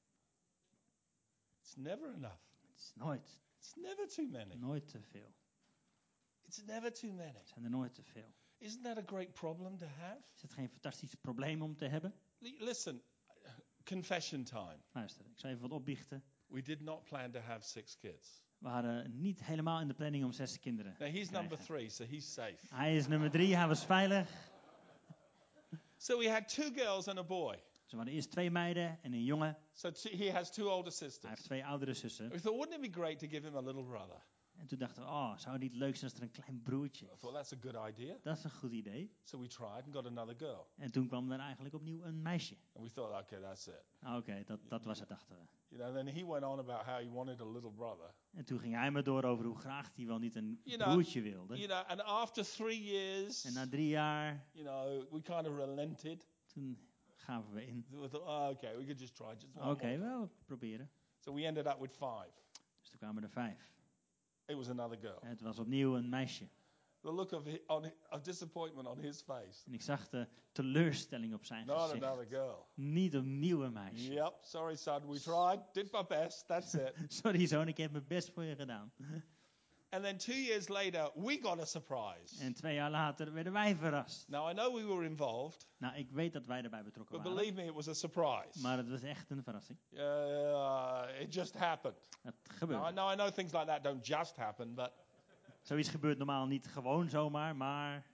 It's never enough. Het is nooit It's never too many. te veel. It's never too many. Het zijn er nooit te veel. Isn't that a great problem to have? Is het geen fantastisch probleem om te hebben? Listen, confession time. Luister, ik zal even wat opbiechten. We did not plan to have 6 kids. We hadden niet helemaal in de planning om 6 kinderen Now he's te number krijgen. 3, so he's safe. Hij is nummer 3, hij was veilig. So we had 2 girls and a boy. Dus we hadden eerst 2 meiden en een jongen. So he has 2 older Hij sisters. heeft 2 oudere zussen. We thought, wouldn't it be great to give him a little brother? En toen dachten we, zou het niet leuk zijn als er een klein broertje I is? thought, that's a good idea. Dat is een goed idee. So we tried and got another girl. En toen kwam er eigenlijk opnieuw een meisje. And we thought, okay, that's it. Oké, dat was het, dachten we. You know, then he went on about how he wanted a little brother. En toen ging hij maar door over hoe graag hij wel niet een You know, broertje wilde. You know, and after 3 years, En na 3 jaar, you know, we kind of relented. toen gaven we in. We thought, oh, okay, we could just try just one Oké, more. wel proberen. So we ended up with 5. Dus toen kwamen er 5. It was another girl. En het was opnieuw een meisje. The look of disappointment on his face. En ik zag de teleurstelling op zijn Not gezicht. another girl. Niet opnieuw een meisje. Yep, sorry son, we tried, did my best, that's it. Sorry zoon, ik heb mijn best voor je gedaan. And then 2 years later, we got a surprise. En 2 jaar later werden wij verrast. Now I know we were involved, Nou, ik weet dat wij erbij betrokken but waren. believe me, it was a surprise. Maar het was echt een verrassing. It just happened. Het Now gebeurde. I know things like that don't just happen, but Zoiets gebeurt normaal niet gewoon zomaar, maar...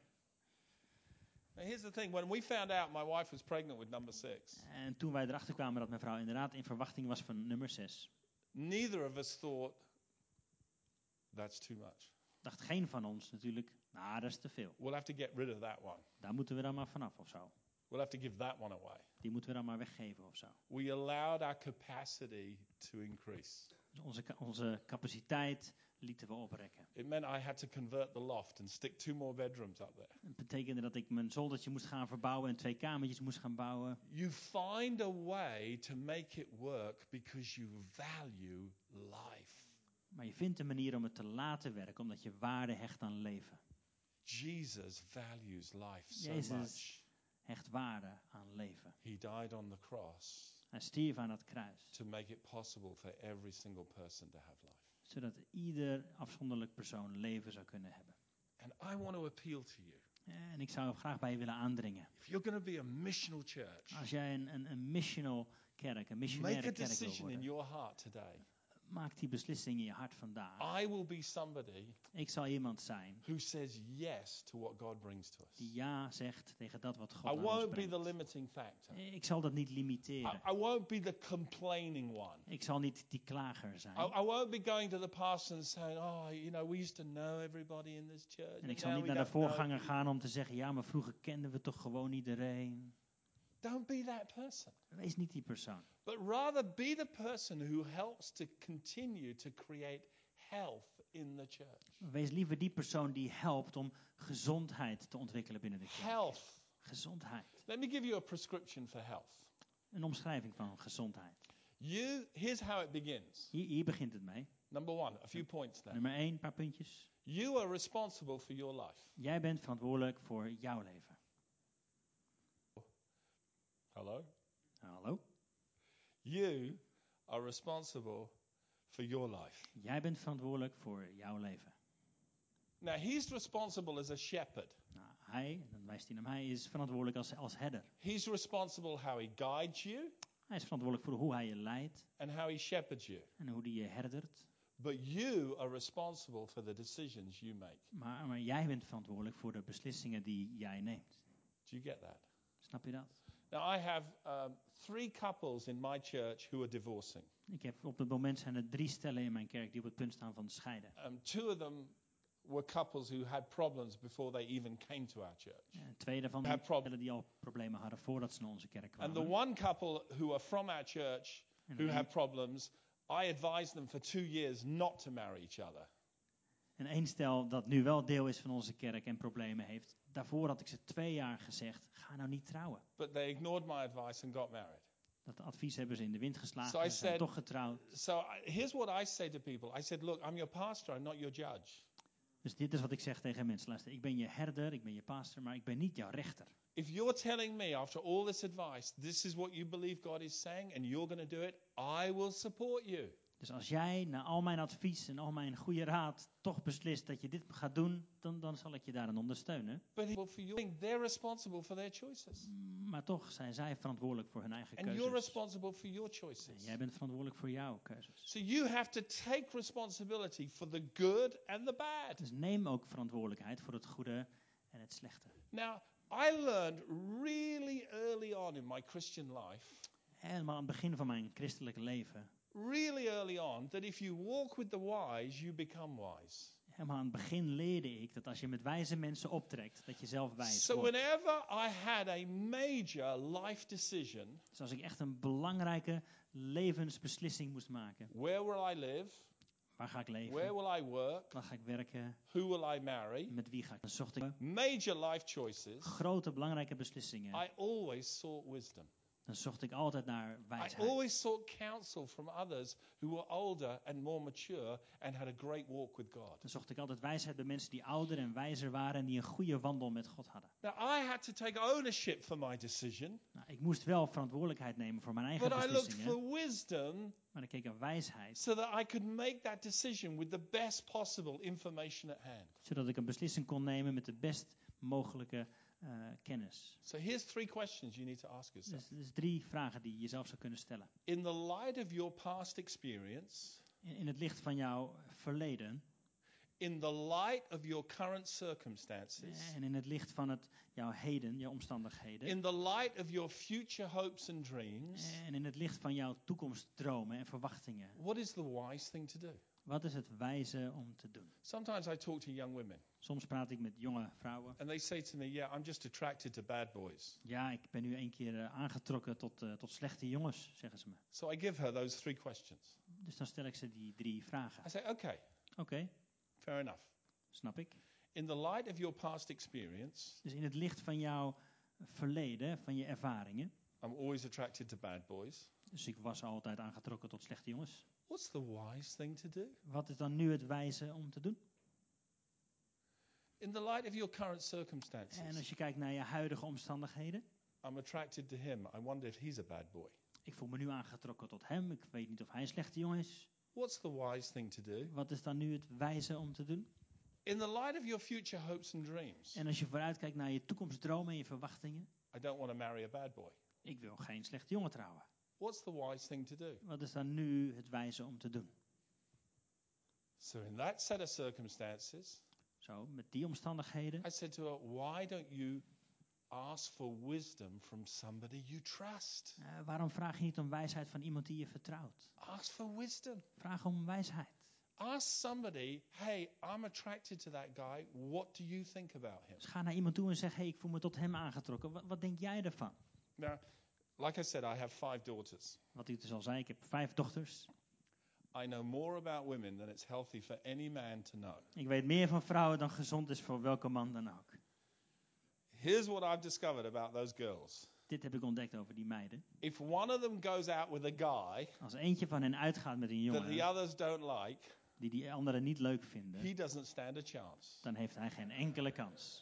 here's the thing. When we found out my wife was pregnant with number 6, En toen wij erachter kwamen dat mijn vrouw inderdaad in verwachting was van nummer 6... neither of us thought, that's too much. dacht geen van ons natuurlijk, nou, dat is te veel. We'll have to get rid of that one. Daar moeten we dan maar vanaf of zo. We'll have to give that one away. Die moeten we dan maar weggeven of zo. We allowed our capacity to increase. Dus onze capaciteit lieten we oprekken. It meant I had to convert the loft and stick 2 more bedrooms up there. Het betekende dat ik mijn zoldertje moest gaan verbouwen en 2 kamertjes moest gaan bouwen. You find a way to make it work because you value life. Maar je vindt een manier om het te laten werken, omdat je waarde hecht aan leven. Jesus values life so Jezus much. hecht waarde aan leven. He died on the cross Hij stierf aan het kruis, to make it possible for every single person to have life. zodat ieder afzonderlijk persoon leven zou kunnen hebben. And I want to appeal to you. En ik zou graag bij je willen aandringen. If you're going to be a missional church, Als jij een missionaire make missionaire a kerk wil decision in worden, your heart today. maak die beslissing in je hart vandaag. I will be somebody Ik zal iemand zijn who says yes to what God brings to us. die ja zegt tegen dat wat God I aan ons won't be the brengt. limiting factor. Ik zal dat niet limiteren. I won't be the complaining one. Ik zal niet die klager zijn. I won't be going to the pastor and saying, oh, you know, we used to know everybody in this church. En ik and zal now niet we naar de don't know voorganger people." gaan om te zeggen, ja, maar vroeger kenden we toch gewoon iedereen. Don't be that person. Wees niet die persoon. But rather be the person who helps to continue to create health in the church. Wees liever die persoon die helpt om gezondheid te ontwikkelen binnen de kerk. Health. Gezondheid. Let me give you a prescription for health. Een omschrijving van gezondheid. Here's how it begins. Hier begint het mee. Number one, a few points there. Nummer 1, een paar puntjes. You are responsible for your life. Jij bent verantwoordelijk voor jouw leven. Hello? Hallo? You are responsible for your life. Jij bent verantwoordelijk voor jouw leven. Now, he's responsible as a shepherd. Nou, hij, dan wijst hij naar mij, is verantwoordelijk als herder. He's responsible how he guides you Hij is verantwoordelijk voor hoe hij je leidt and how he shepherds you. en hoe hij je herdert. But you are responsible for the decisions you make. Maar jij bent verantwoordelijk voor de beslissingen die jij neemt. Do you get that? Snap je dat? Now, I have 3 couples in my church who are divorcing. Ik heb op het moment zijn er 3 stellen in mijn kerk die op het punt staan van scheiden. 2 of them were couples who had problems before they even came to our church. En 2 daarvan Have prob- stellen die al problemen hadden voordat ze naar onze kerk And the kwamen. one couple who are from our church En who have problems, I advised them for 2 years not to marry each other. En één stel dat nu wel deel is van onze kerk en problemen heeft. Daarvoor had ik ze 2 jaar gezegd, ga nou niet trouwen. But they ignored my advice and got married. Dat advies hebben ze in de wind geslagen. So I Ze zijn said- toch getrouwd. So here's what I say to people. I said, look, I'm your pastor, I'm not your judge. Dus dit is wat ik zeg tegen mensen. Luister, ik ben je herder, ik ben je pastor, maar ik ben niet jouw rechter. If you're telling me after all this advice, this is what you believe God is saying and you're going to do it, I will support you. Dus als jij na al mijn advies en al mijn goede raad toch beslist dat je dit gaat doen, dan zal ik je daarin ondersteunen. But for you, they're responsible for their choices. Maar toch zijn zij verantwoordelijk voor hun eigen And you're keuzes. responsible for your En choices. jij bent verantwoordelijk voor jouw keuzes. So you have to take responsibility for the good and the bad. Dus neem ook verantwoordelijkheid voor het goede en het slechte. Now, I learned really early on in my Christian life, Helemaal aan het begin van mijn christelijke leven, really early on, that if you walk with the wise, you become wise. helemaal aan het begin leerde ik dat als je met wijze mensen optrekt, dat je zelf wijs So wordt. whenever I had a major life decision, Dus als ik echt een belangrijke levensbeslissing moest maken, where will I live? waar ga ik Where leven, will I work? waar ga ik werken, Who will I marry? met wie ga ik, dan zocht ik Major life choices. grote belangrijke beslissingen. I always sought wisdom. Dan zocht ik altijd naar I wijsheid. always sought counsel from others who were older and more mature and had a great walk with God. Dan zocht ik altijd wijsheid bij mensen die ouder en wijzer waren en die een goede wandel met God hadden. Now, I had to take ownership for my decision, Nou, ik moest wel verantwoordelijkheid nemen voor mijn eigen but I looked beslissingen, for wisdom maar ik keek naar wijsheid, so that I could make that decision with the best possible information at hand. zodat ik een beslissing kon nemen met de best mogelijke kennis. So here's 3 questions you need to ask yourself. Dus 3 vragen die je jezelf zou kunnen stellen. In the light of your past experience, In het licht van jouw verleden in the light of your current circumstances, en in het licht van jouw heden, jouw omstandigheden. in the light of your future hopes and dreams, En in het licht van jouw toekomstdromen en verwachtingen. what is the wise thing to do? Wat is het wijze om te doen? Sometimes I talk to young women Soms praat ik met jonge vrouwen. and they say to me, yeah, I'm just attracted to bad boys. Ja, ik ben nu 1 keer aangetrokken tot slechte jongens, zeggen ze me. So I give her those 3 questions. Dus dan stel ik ze die 3 vragen. I say, okay, Oké, fair enough. snap ik. In the light of your past experience, Dus in het licht van jouw verleden, van je ervaringen. I'm always attracted to bad boys. Dus ik was altijd aangetrokken tot slechte jongens. What's the wise thing to do? Wat is dan nu het wijze om te doen? In the light of your current En circumstances, als je kijkt naar je huidige omstandigheden. I'm attracted to him. I wonder if he's a bad boy. Ik voel me nu aangetrokken tot hem. Ik weet niet of hij een slechte jongen is. What's the wise thing to do? Wat is dan nu het wijze om te doen? In the light of your future hopes and dreams, En als je vooruitkijkt naar je toekomstdromen en je verwachtingen. I don't want to marry a bad boy. Ik wil geen slechte jongen trouwen. What's the wise thing to do? Wat is dan nu het wijze om te doen? So in that set of circumstances, Zo, met die omstandigheden. I said to her, why don't you ask for wisdom from somebody you trust? Waarom vraag je niet om wijsheid van iemand die je vertrouwt? Ask for wisdom. Vraag om wijsheid. Ask somebody, hey, I'm attracted to that guy. What do you think about him? Dus ga naar iemand toe en zeg, hey, ik voel me tot hem aangetrokken. Wat denk jij ervan? Now, like I said, I have 5 daughters. Wat ik dus al zei, ik heb 5 dochters. I know more about women than it's healthy for any man to know. Ik weet meer van vrouwen dan gezond is voor welke man dan ook. Here's what I've discovered about those girls. Dit heb ik ontdekt over die meiden. If one of them goes out with a guy Als eentje van hen uitgaat met een that the jongen others don't like, die anderen niet leuk vinden, he doesn't stand a chance. dan heeft hij geen enkele kans.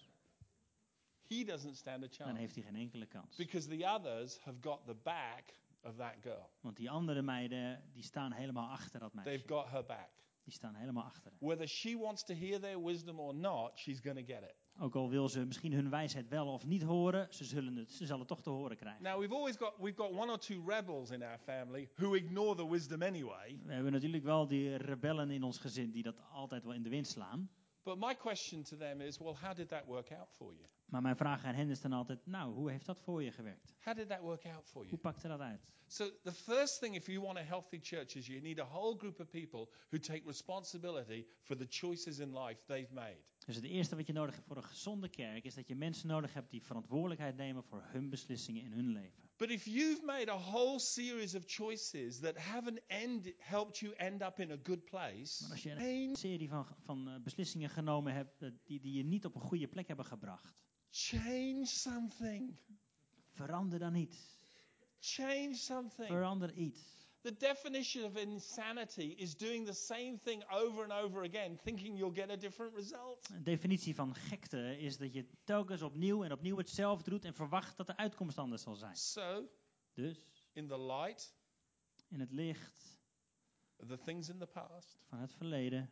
He doesn't stand a Dan chance. heeft hij geen enkele kans. Because the others have got the back of that girl. Want die andere meiden, die staan helemaal achter dat meisje. They've got her back. Die staan helemaal achter haar. Whether she wants to hear their wisdom or not, she's going to get it. Ook al wil ze misschien hun wijsheid wel of niet horen, ze zal het toch te horen krijgen. Now we've got 1 or 2 rebels in our family who ignore the wisdom anyway. We hebben natuurlijk wel die rebellen in ons gezin die dat altijd wel in de wind slaan. But my question to them is, well, how did that work out for you? Maar mijn vraag aan hen is dan altijd, nou, hoe heeft dat voor je gewerkt? How did that work out for Hoe you? pakte dat uit? So the first thing, if you want a healthy church, is you need a whole group of people who take responsibility for the choices in life they've made. Dus het eerste wat je nodig hebt voor een gezonde kerk is dat je mensen nodig hebt die verantwoordelijkheid nemen voor hun beslissingen in hun leven. But if you've made a whole series of choices that haven't helped you end up in a good place, Maar als je een serie van beslissingen genomen hebt die je niet op een goede plek hebben gebracht, change something. verander dan iets. Change something. Verander iets. The definition of insanity is doing the same thing over and over again, thinking you'll get a different result. Een definitie van gekte is dat je telkens opnieuw en opnieuw hetzelfde doet en verwacht dat de uitkomst anders zal zijn. So, Dus in the light in het licht of the things in the past, van het verleden,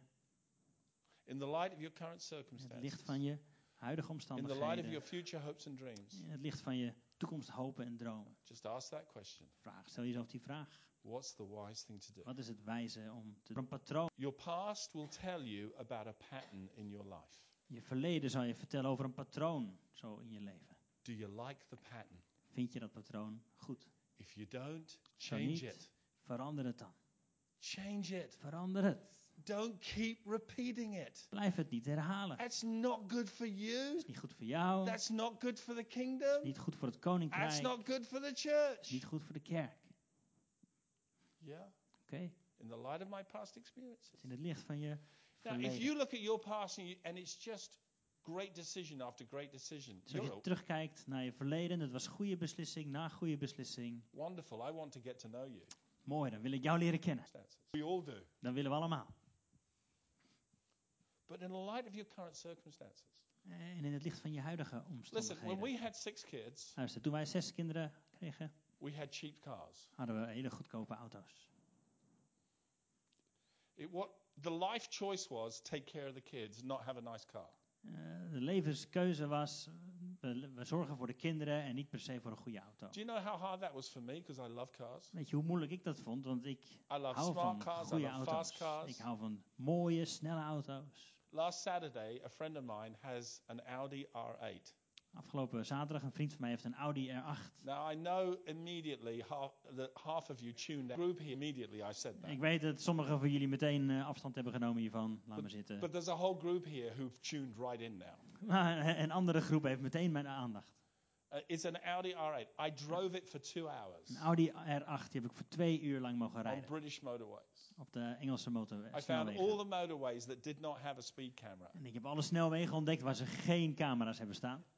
in the light of your current in het circumstances, licht van je huidige in the light of omstandigheden, your future hopes and dreams, in het licht van je toekomst, hopen en dromen. just ask that question. Stel jezelf die vraag. What's the wise thing to do? Wat is het wijze om te doen? Een patroon. Your past will tell you about a pattern in your life. Je verleden zal je vertellen over een patroon zo in je leven. Do you like the pattern? Vind je dat patroon goed? If you don't, Zo change niet, it. verander het dan. Change it. Verander het. Don't keep repeating it. Blijf het niet herhalen. That's not good for you. Het is niet goed voor jou. That's not good for the kingdom. Niet goed voor het koninkrijk. That's not good for the Het is church. niet goed voor de kerk. Yeah, Oké? in the light of my past experiences. Het is in het licht van je Now, if verleden. you look at your past and it's just great decision after great decision, Dus als je terugkijkt naar je verleden, het was goede beslissing na goede beslissing. wonderful. I want to get to know you. Mooi, dan wil ik jou leren kennen. We all do. Dat willen we allemaal. But in the light of your current circumstances. En in het licht van je huidige Listen, when omstandigheden. we had 6 kids, Luister, toen wij 6 kinderen kregen, we had cheap cars. hadden we hele goedkope auto's. The life choice was take care of the kids, not have a nice car. De levenskeuze was, we zorgen voor de kinderen en niet per se voor een goede auto. Do you know how hard that was for me? Because I love cars. Weet je hoe moeilijk ik dat vond? Want ik I love hou smart van cars, I goede love fast auto's. cars. Ik hou van mooie, snelle auto's. Last Saturday, a friend of mine has an Audi R8. Afgelopen zaterdag, een vriend van mij heeft een Audi R8. Now, I know immediately that half of you tuned out. Group here immediately I said that. Ik weet dat sommigen van jullie meteen afstand hebben genomen hiervan. Laat maar zitten. But there's a whole group here who've tuned right in now. Maar een andere groep heeft meteen mijn aandacht. It's an Audi R8. I drove it for 2 hours. Een Audi R8 die heb ik voor 2 uur lang mogen On rijden. British motorways. Op de Engelse I found all snelwegen. the motorways that did not have a speed camera. En ik heb alle snelwegen ontdekt waar ze geen camera's hebben staan.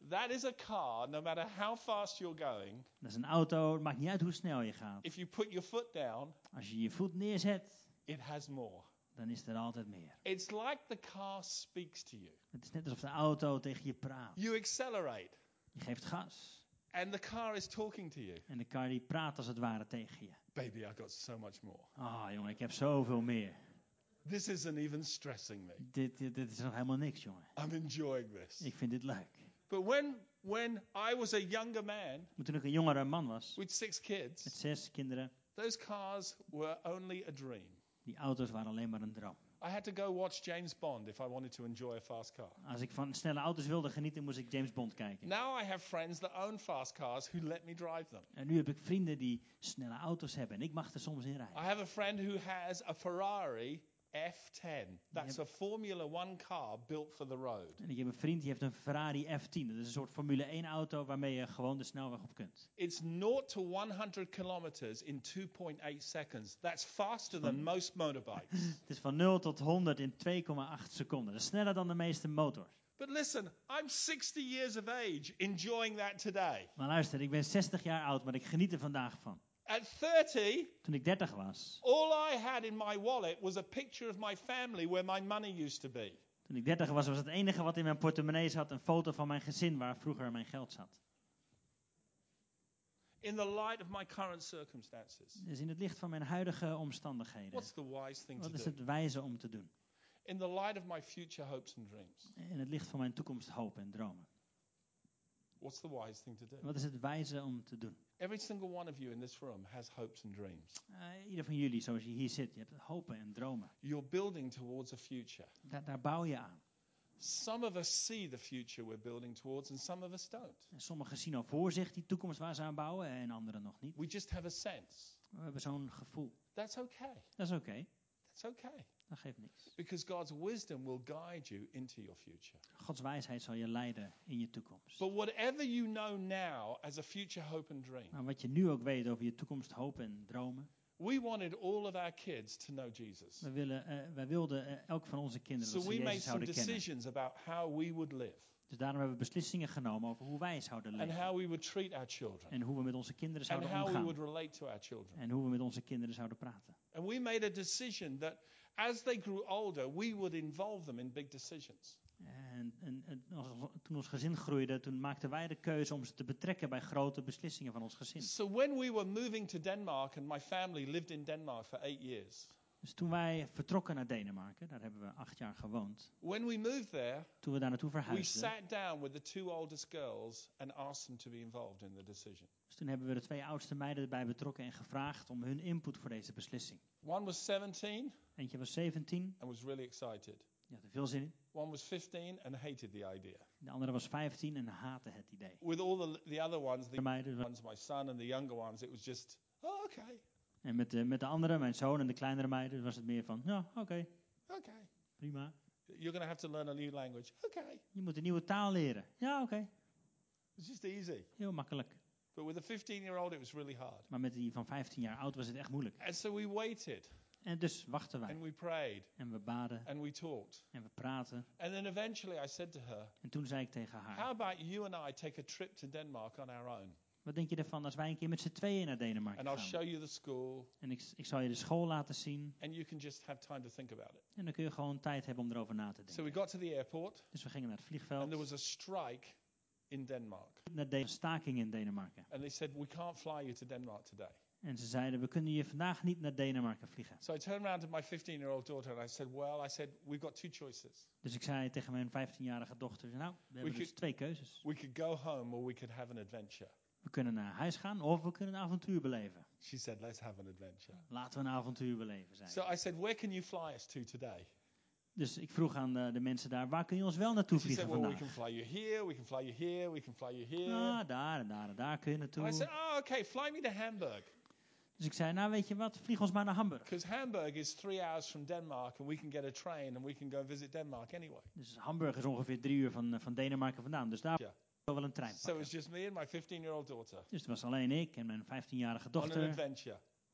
That is a car, no matter how fast you're going, Dat is een auto, het maakt niet uit hoe snel je gaat. if you put your foot down, Als je je voet neerzet, it has more. dan is er altijd meer. It's like the car speaks to you. Het is net alsof de auto tegen je praat. You accelerate, Je geeft gas. and the car is talking to you. En de kar die praat als het ware tegen je. Baby, I got so much more. Jongen, ik heb zoveel meer. This isn't even stressing me. Dit is nog helemaal niks, jongen. I'm enjoying this. Ik vind dit leuk. But when I was a younger man Maar toen ik een jongere man was, with 6 kids, met 6 kinderen, those cars were only a dream. die auto's waren alleen maar een droom. I had to go watch James Bond if I wanted to enjoy a fast car. Als ik van snelle auto's wilde genieten, moest ik James Bond kijken. Now I have friends that own fast cars who let me drive them. En nu heb ik vrienden die snelle auto's hebben en ik mag er soms in I rijden. have a friend who has a Ferrari F10. That's a Formula One car built for the road. En ik heb een vriend die heeft een Ferrari F10. Dat is een soort Formule 1 auto waarmee je gewoon de snelweg op kunt. It's 0 to 100 kilometers in 2.8 seconds. That's faster than most motorbikes. Het is van 0 tot 100 in 2,8 seconden. Dat is sneller dan de meeste motors. But listen, I'm 60 years of age enjoying that today. Maar luister, ik ben 60 jaar oud, maar ik geniet er vandaag van. At 30, Toen ik 30 was, all I had in my wallet was a picture of my family where my money used to be. Toen ik 30 was, was het enige wat in mijn portemonnee zat een foto van mijn gezin waar vroeger mijn geld zat. In the light of my current circumstances, Dus in het licht van mijn huidige omstandigheden, what's the wise thing to wat is do? het wijze om te doen? In the light of my future hopes and dreams, In het licht van mijn toekomst, hopen en dromen. what's the wise thing to do? Wat is het wijze om te doen? Every single one of you in this room has hopes and dreams. Ieder van jullie, zoals je hier zit, je hebt hopen en dromen. You're building towards a future. Daar bouw je aan. Some of us see the future we're building towards, and some of us don't. En sommigen zien al voor zich die toekomst waar ze aan bouwen en anderen nog niet. We just have a sense. We hebben zo'n gevoel. That's okay. Dat is oké. That's okay. Dat geeft niks. Because God's wisdom will guide you into your future. Gods wijsheid zal je leiden in je toekomst. But whatever you know now as a future hope and dream, Maar wat je nu ook weet over je toekomst, hopen en dromen. we wanted all of our kids to know Jesus. Wij wilden elk van onze kinderen So dat we ze made Jezus some zouden kennen. decisions about how we would live Dus daarom hebben we beslissingen genomen over hoe wij zouden and leven. how we would treat our children En hoe we met onze kinderen and zouden how we would omgaan. relate to our children. En hoe we met onze kinderen zouden praten. And we made a decision that as they grew older, we would involve them in big decisions. Toen ons gezin groeide, toen maakten wij de keuze om ze te betrekken bij grote beslissingen van ons gezin. So when we were moving to Denmark, and my family lived in Denmark for 8 years, Dus toen wij vertrokken naar Denemarken, daar hebben we 8 jaar gewoond. when we moved there, Toen we daar naartoe we verhuisden, sat down with the 2 oldest girls and asked them to be involved in the decision. dus toen hebben we de 2 oudste meiden erbij betrokken en gevraagd om hun input voor deze beslissing. One was 17 Eentje was 17, and was really excited. die had er veel zin in. One was 15 and hated the idea. De andere was 15 en haatte het idee. With all the other ones, De meiden, my son and the younger ones, it was just, oh, okay, en met de andere, mijn zoon en de kleinere meiden, was het meer van, ja, oké, okay. prima. You're going to have to learn a new language. Okay. Je moet een nieuwe taal leren. Ja, oké, It's just easy. heel makkelijk. But with a 15-year-old, it was really hard. Maar met die van 15 jaar oud was het echt moeilijk. And so we waited En dus wachten wij. and we prayed En we baden and we talked. en we praten. And then eventually I said to her, En toen zei ik tegen haar, how about you and I take a trip to Denmark on our own? wat denk je ervan als wij een keer met z'n tweeën naar Denemarken And I'll gaan? show you the school En ik zal je de school laten zien. and you can just have time to think about it. En dan kun je gewoon tijd hebben om erover na te So we denken. got to the airport Dus we gingen naar het and vliegveld. there was a strike in Denmark. Naar de staking in Denemarken. And they said, we can't fly you to Denmark today. En ze zeiden, we kunnen je vandaag niet naar Denemarken vliegen. So I turned around to my 15-year-old daughter and I said, we've got 2 choices. Dus ik zei tegen mijn 15-jarige dochter, nou, we hebben dus 2 keuzes. We could go home or we could have an adventure. We kunnen naar huis gaan of we kunnen een avontuur beleven. She said, let's have an adventure. Laten we een avontuur beleven, zei So ik. I said, where can you fly us to today? Dus ik vroeg aan de mensen daar, waar kun je ons wel naartoe She vliegen said, well, we vandaag? can fly you here, we can fly you here, we can fly you here. Daar en daar en daar kun je And I naartoe. said, oh, okay, fly me to Hamburg. Dus ik zei, nou weet je wat, vlieg ons maar naar Hamburg. Because Hamburg is 3 hours from Denmark and we can get a train and we can go visit Denmark anyway. Dus Hamburg is ongeveer 3 uur van Denemarken vandaan. Dus daar Ja. wel wel een trein So it pakken. was just me and my 15-year-old daughter Dus het was alleen ik en mijn 15-jarige on an dochter adventure.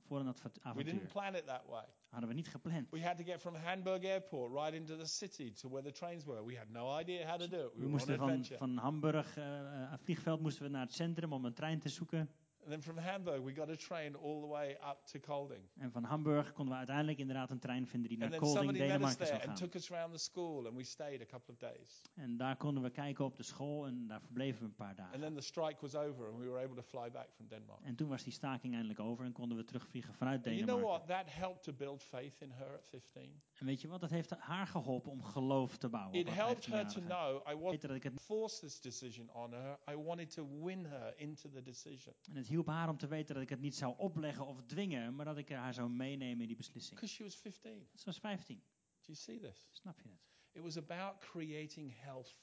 voor een We didn't avontuur. plan it that way. Hadden we niet gepland. We had to get from Hamburg Airport right into the city to where the trains were. We had no idea how to do it. We We were on moesten adventure. van Hamburg, vliegveld, moesten we naar het centrum om een trein te zoeken. And then from Hamburg, we got a train all the way up to Kolding. En van Hamburg konden we uiteindelijk inderdaad een trein vinden die And naar then Kolding, somebody met us Denemarken zou there and gaan. took us around the school, and we stayed a couple of days. En daar konden we kijken op de school en daar verbleven we een paar And dagen. then the strike was over, and we were able to fly back from Denmark. En toen was die staking eindelijk over en konden we terugvliegen vanuit And you know Denemarken. what? That helped to build faith in her at 15. En weet je wat? Dat heeft haar geholpen om geloof te bouwen. It op helped haar her to 15-jarige. know I Weet wasn't dat ik het, force this decision on her. I wanted to win her into the decision. en het hielp haar om te weten dat ik het niet zou opleggen of dwingen, maar dat ik haar zou meenemen in die beslissing. Because she was 15. Ze was 15. Do you see this? Snap je het? It was about creating health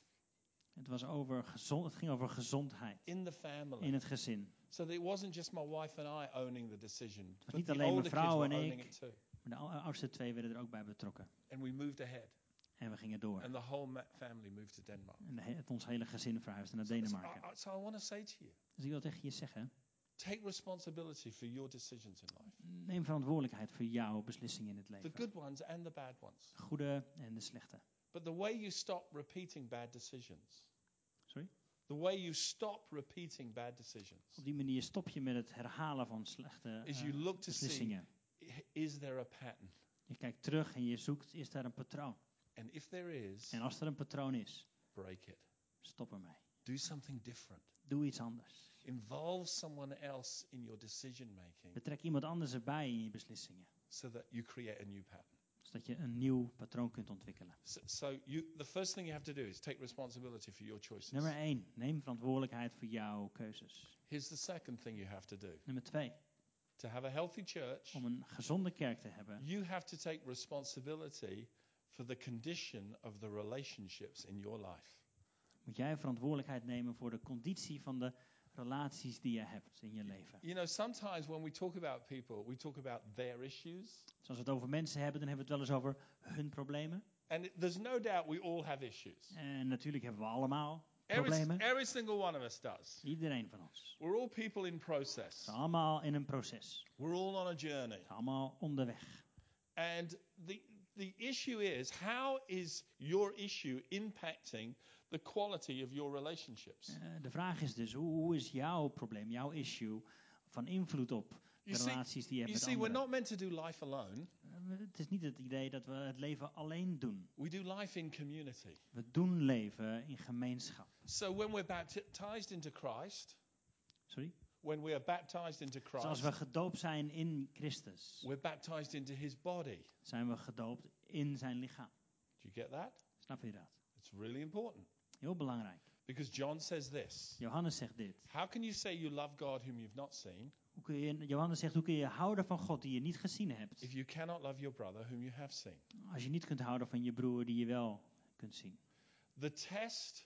Het ging over gezondheid in the family. in het gezin. So that it wasn't just my wife and I owning the decision, but niet the alleen older kids mevrouw were en owning ik. it too. Maar de oudste twee werden er ook bij betrokken. And we moved ahead. En we gingen door. And the whole family moved to Denmark. En ons hele gezin verhuisde naar Denemarken. So I want to say to you, Dus ik wil tegen je zeggen, take responsibility for your decisions in life. neem verantwoordelijkheid voor jouw beslissingen in het The leven. good ones and the bad ones. De goede en de slechte. But the way you stop repeating bad decisions. Sorry? The way you stop repeating bad decisions. Op die manier stop je met het herhalen van slechte Is you look to see, beslissingen. is there a pattern? Je kijkt terug en je zoekt, is daar een patroon? And if there is, En als er een patroon is, break it. stop ermee. Do something different. Doe iets anders. Involve someone else in your decision making Betrek iemand anders erbij in je beslissingen. so that you create a new pattern. Zodat je een nieuw patroon kunt ontwikkelen. So the first thing you have to do is take responsibility for your choices. Nummer 1, neem verantwoordelijkheid voor jouw keuzes. Here's the second thing you have to do. Nummer 2, To have a healthy church, om een gezonde kerk te hebben, you have to take responsibility for the condition of the relationships in your life. moet jij verantwoordelijkheid nemen voor de conditie van de relaties die je hebt in je leven. You know, sometimes when we talk about people, we talk about their issues. Dus als we het over mensen hebben, dan hebben we het wel eens over hun problemen. And there's no doubt we all have issues. En natuurlijk hebben we allemaal problemen. Every single one of us does. Iedereen van ons. We're all people in We process. zijn allemaal in een proces. We're all on a journey. We zijn allemaal onderweg. And the issue is, how is your issue impacting the quality of your relationships? De vraag is dus, hoe is jouw probleem, jouw issue, van invloed op de relaties die je hebt met we're anderen? not meant to do life alone. Het is niet het idee dat we het leven alleen doen. We do life in community. We doen leven in gemeenschap. So when we're baptized into Christ, Sorry? when we are baptized into Dus als Christ, we gedoopt zijn in Christus, we're baptized into his body. zijn we gedoopt in zijn lichaam. Do you get that? Snap je dat? It's really important. Heel belangrijk. Because John says this. Johannes zegt dit. How can you say you love God whom you've not seen Johannes zegt, hoe kun je houden van God die je niet gezien hebt? if you cannot love your brother whom you have seen? Als je niet kunt houden van je broer die je wel kunt zien. The test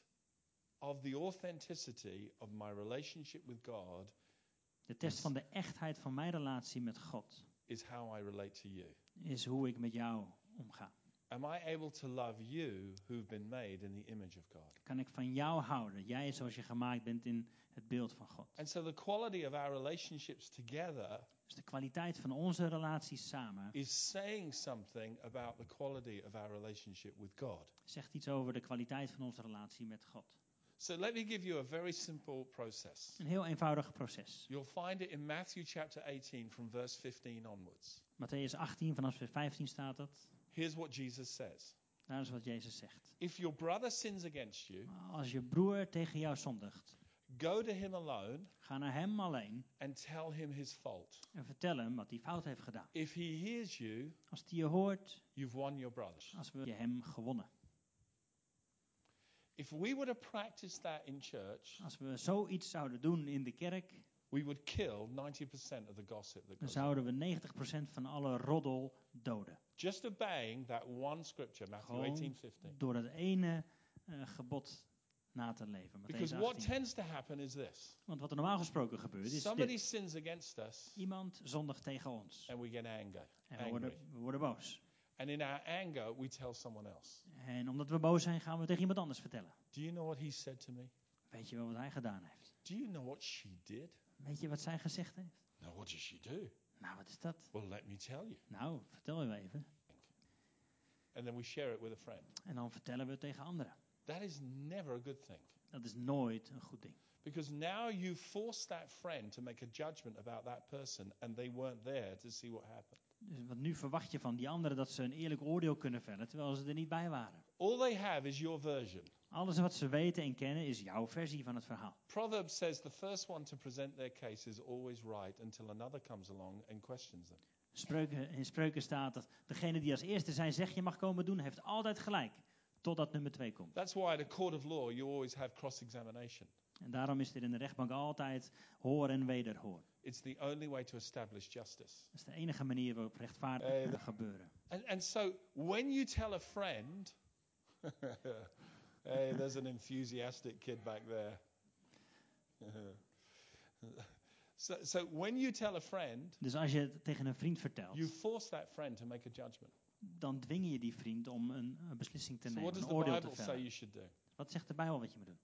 of the authenticity of my relationship with God De test van de echtheid van mijn relatie met God is how I relate to you. is hoe ik met jou omga. Am I able to love you who've been made in the image of God? Kan ik van jou houden? Jij zoals je gemaakt bent in het beeld van God. And so the quality of our relationships together Dus de kwaliteit van onze relaties samen is saying something about the quality of our relationship with God. zegt iets over de kwaliteit van onze relatie met God. So let me give you a very simple process. Een heel eenvoudig proces. You'll find it in Matthew chapter 18 from verse 15 onwards. Matthäus 18 vanaf vers 15 staat dat. Here's what Jesus says. Daar is wat Jezus zegt. If your brother sins against you, Als je broer tegen jou zondigt, go to him alone ga naar hem alleen and tell him his fault. en vertel hem wat hij fout heeft gedaan. If he hears you, Als hij je hoort, you've won your brother. als we hem gewonnen. If we were to practice that in church, Als we zoiets zouden doen in de kerk, we would kill 90% of the gossip that dan goes on. zouden we 90% van alle roddel doden. Just obeying that one scripture, Matthew Gewoon 18:15. door dat ene gebod na te leven. Matthäus Because what 18. tends to happen is this. Want wat er normaal gesproken gebeurt is Somebody dit. sins against us Iemand zondigt tegen ons. and we get angry. En we worden boos. And in our anger, we tell someone else. En omdat we boos zijn, gaan we tegen iemand anders vertellen. Do you know what he said to me? Weet je wel wat hij gedaan heeft? Do you know what she did? Weet je wat zij gezegd heeft? No, what did she do? Nou, wat is dat? Well, let me tell you. Nou, vertel je even. And then we share it with a friend. En dan vertellen we het tegen anderen. That is never a good thing. Dat is nooit een goed ding. Because now you force that friend to make a judgment about that person and they weren't there to see what happened. Dus want nu verwacht je van die anderen dat ze een eerlijk oordeel kunnen vellen, terwijl ze er niet bij waren. All they have is your version. Alles wat ze weten en kennen is jouw versie van het verhaal. Proverbs says the first one to present their case is always right until another comes along and questions them. In Spreuken staat dat degene die als eerste zijn zeg je mag komen doen, heeft altijd gelijk. Totdat nummer 2 komt. That's why at a court of law you always have cross-examination. En daarom is er in de rechtbank altijd hoor en wederhoor. It's the only way to establish justice. Dat is de enige manier waarop rechtvaardigheid kan gebeuren. And so when you tell a friend, hey, there's an enthusiastic kid back there. So when you tell a friend, Dus als je het tegen een vriend vertelt, you force that friend to make a judgment. dan dwing je die vriend om een beslissing te So nemen, what does een the oordeel te Bible say vellen. you should do? Wat zegt de Bijbel wat je moet doen?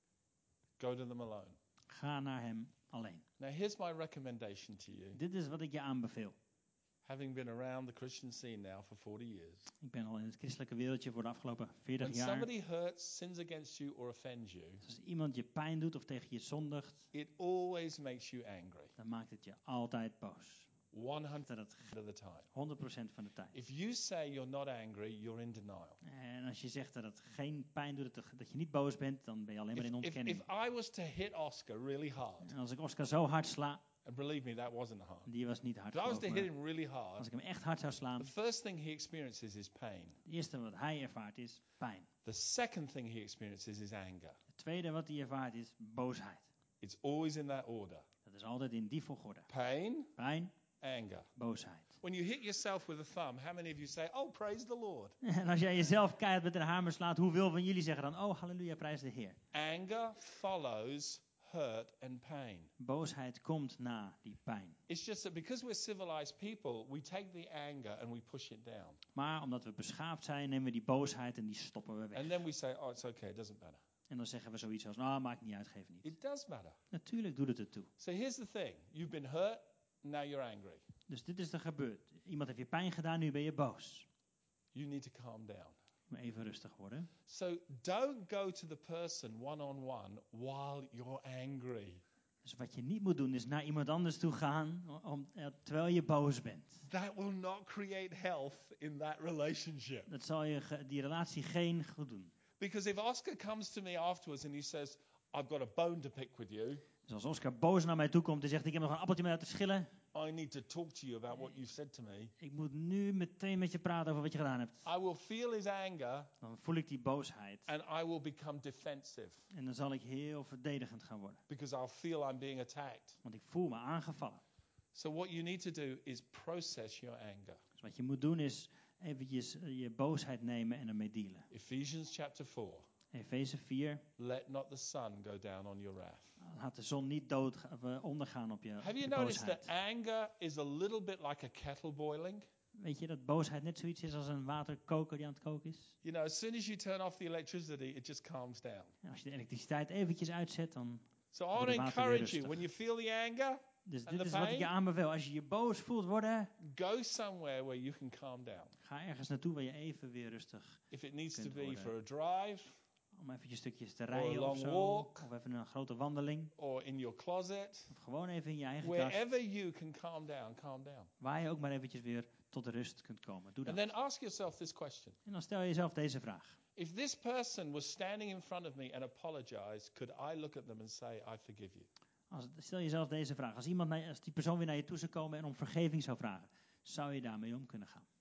Go to them alone. Ga naar hem alleen. Now here's my recommendation to you. Dit is wat ik je aanbeveel. Having been around the Christian scene now for 40 years. Ik ben al in het christelijke wereldje voor de afgelopen 40 When jaar. somebody hurts, sins against you or offends you, Als iemand je pijn doet of tegen je zondigt, it always makes you angry. dan maakt het je altijd boos. 100% Dat of the time. 100% van de tijd. If you say you're not angry, you're in denial. En als je zegt dat het geen pijn doet, dat je niet boos bent, dan ben je alleen maar in ontkenning. If I was to hit Oscar really hard, En als ik Oscar zo hard sla, and believe me, that wasn't hard. die was niet hard. If I was to geloof hit me. him really Als hard, ik hem echt hard zou slaan, the first thing he experiences is pain. het eerste wat hij ervaart is pijn. The second thing he experiences is anger. Het tweede wat hij ervaart is boosheid. It's always in that order. Dat is altijd in die volgorde. Pain, Pijn, anger. boosheid. When you hit yourself with a thumb, how many of you say, oh, praise the Lord? En als jij jezelf keihard met een hamer slaat, hoeveel van jullie zeggen dan, oh halleluja, prijs de Heer. Anger follows hurt and pain. Boosheid komt na die pijn. It's just that because we're civilized people, we take the anger and we push it down. Maar omdat we beschaafd zijn, nemen we die boosheid en die stoppen we weg. And then we say, oh, it's okay, it doesn't matter. En dan zeggen we zoiets als, nou, maakt niet uit, geef niet. It does matter. Natuurlijk doet het ertoe. So here's the thing. You've been hurt, now you're angry. Dus dit is er gebeurd. Iemand heeft je pijn gedaan, nu ben je boos. You need to calm down. Je moet even rustig worden. So don't go to the person one-on-one while you're angry. Dus wat je niet moet doen, is naar iemand anders toe gaan, terwijl je boos bent. That will not create health in that relationship. Dat zal je die relatie geen goed doen. Because if Oscar comes to me afterwards and he says, I've got a bone to pick with you. Dus als Oscar boos naar mij toe komt en zegt, ik heb nog een appeltje mee uit te schillen. I need to talk to you about what you've said to me. Ik moet nu meteen met je praten over wat je gedaan hebt. I will feel his anger Dan voel ik die boosheid. and I will become defensive. En dan zal ik heel verdedigend gaan worden. Because I'll feel I'm being attacked. Want ik voel me aangevallen. So what you need to do is process your anger. Dus wat je moet doen is eventjes je boosheid nemen en ermee dealen. Ephesians chapter 4. Efeze 4. Let not the sun go down on your wrath. Laat de zon niet ondergaan op je, Have je you noticed boosheid. that anger is a little bit like a kettle boiling? Weet je dat boosheid net zoiets is als een waterkoker die aan het koken is? You know, as soon as you turn off the electricity, it just calms down. En als je de elektriciteit eventjes uitzet, dan... So I want to Wordt het water weer encourage you, rustig. when you feel the anger, Dus And dit the is wat ik je pain? aanbeveel. Als je je boos voelt worden, go somewhere where you can calm down. ga ergens naartoe waar je even weer rustig... If it needs to Kunt be worden. for a drive Om eventjes stukjes te a rijden long of zo. walk. Of even een grote wandeling. or in your closet, Of gewoon even in je eigen kast. wherever you can calm down, calm down. Waar je ook maar eventjes weer tot rust kunt komen. Doe And dat. then ask yourself this question. En dan stel je jezelf deze vraag. If this person was standing in front of me and apologized, could I look at them and say, I forgive you? Stel jezelf deze vraag. Als die persoon weer naar je toe zou komen en om vergeving zou vragen. Zou je daarmee om kunnen gaan?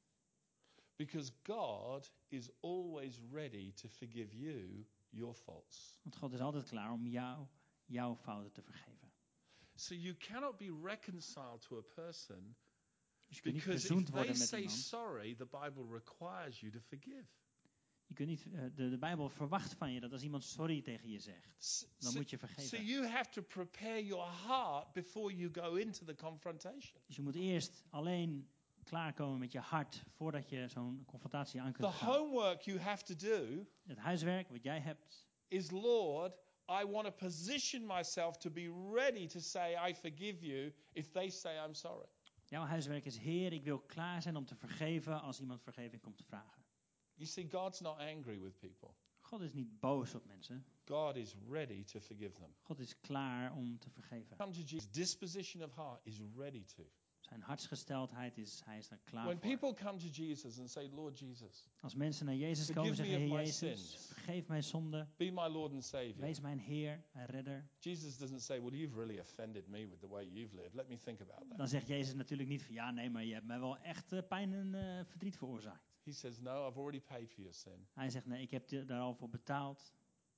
Because God is always ready to forgive you your faults. Want God is altijd klaar om jouw fouten te vergeven. So you cannot be reconciled to a person Dus je kunt niet because verzoend if worden they met say iemand. sorry, the Bible requires you to forgive. Je kunt niet, de Bijbel verwacht van je dat als iemand sorry tegen je zegt, dan moet je So vergeven. you have to prepare your heart before you go into the confrontation. Dus je moet eerst alleen klaarkomen met je hart voordat je zo'n confrontatie aan kunt The gaan. homework you have to do Het huiswerk wat jij hebt, is, Lord, I want to position myself to be ready to say I forgive you if they say I'm sorry. Jouw huiswerk is, Heer, ik wil klaar zijn om te vergeven als iemand vergeving komt te vragen. You see, God's not angry with people. God is niet boos op mensen. God is ready to forgive them. God is klaar om te vergeven. Come to Jesus. Disposition of heart is ready to. Zijn hartsgesteldheid hij is er klaar When voor. people come to Jesus and say, Lord Jesus, Als mensen naar Jezus komen en forgive zeggen, me Heer of my Jezus, sins. vergeef mijn zonde. Be my Lord and Savior. Wees mijn Heer en Redder. Jesus doesn't say, well, you've really offended me with the way you've lived. Let me think about that. Dan zegt Jezus natuurlijk niet van, ja nee, maar je hebt mij wel echt pijn en verdriet veroorzaakt. He says, no, I've already paid for your sin. Hij zegt, nee, ik heb daar al voor betaald.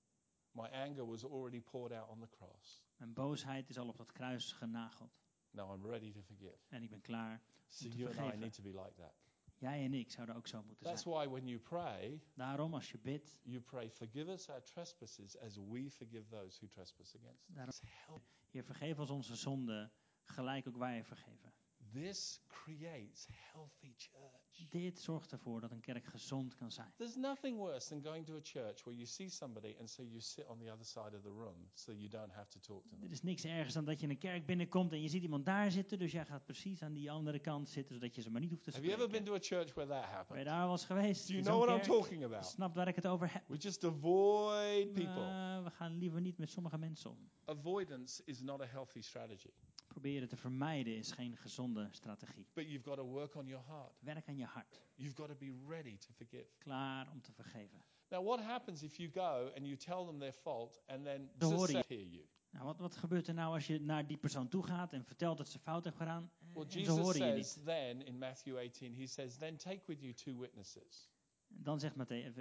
My anger was already poured out on the cross. Mijn boosheid is al op dat kruis genageld. Now I'm ready to forgive. En ik ben klaar So om te you and I vergeven. need to be like that. Jij en ik zouden ook zo moeten That's zijn. why when you pray, Daarom, als je bidt, you pray, forgive us our trespasses as we forgive those who trespass against us. daarom, Heer, vergeef ons onze zonden, gelijk ook wij vergeven. This creates healthy church. Dit zorgt ervoor dat een kerk gezond kan zijn. There's nothing worse than going to a church where you see somebody and so you sit on the other side of the room so you don't have to talk to them. Er is niks ergers dan dat je in een kerk binnenkomt en je ziet iemand daar zitten, dus jij gaat precies aan die andere kant zitten, zodat je ze maar niet hoeft te Have you ever been spreken. to a church where that Ben je happened? daar wel eens geweest? Do you In know zo'n what I'm kerk? talking Je about? snapt waar ik het over heb. We just avoid people. We gaan liever niet met sommige mensen om. Avoidance is not a healthy strategy. Proberen te vermijden is geen gezonde strategie. But you've got to work on your heart. Werk aan je hart. You've got to be ready to forgive. Klaar om te vergeven. Now, what happens if you go and you tell them their fault and then Dan hoor je. hear you? Nou, wat gebeurt er nou als je naar die persoon toe gaat en vertelt dat ze fout heeft gedaan? Well, En ze Jesus horen je says niet. then in Matthew 18, he says, then take with you 2 witnesses. Dan zegt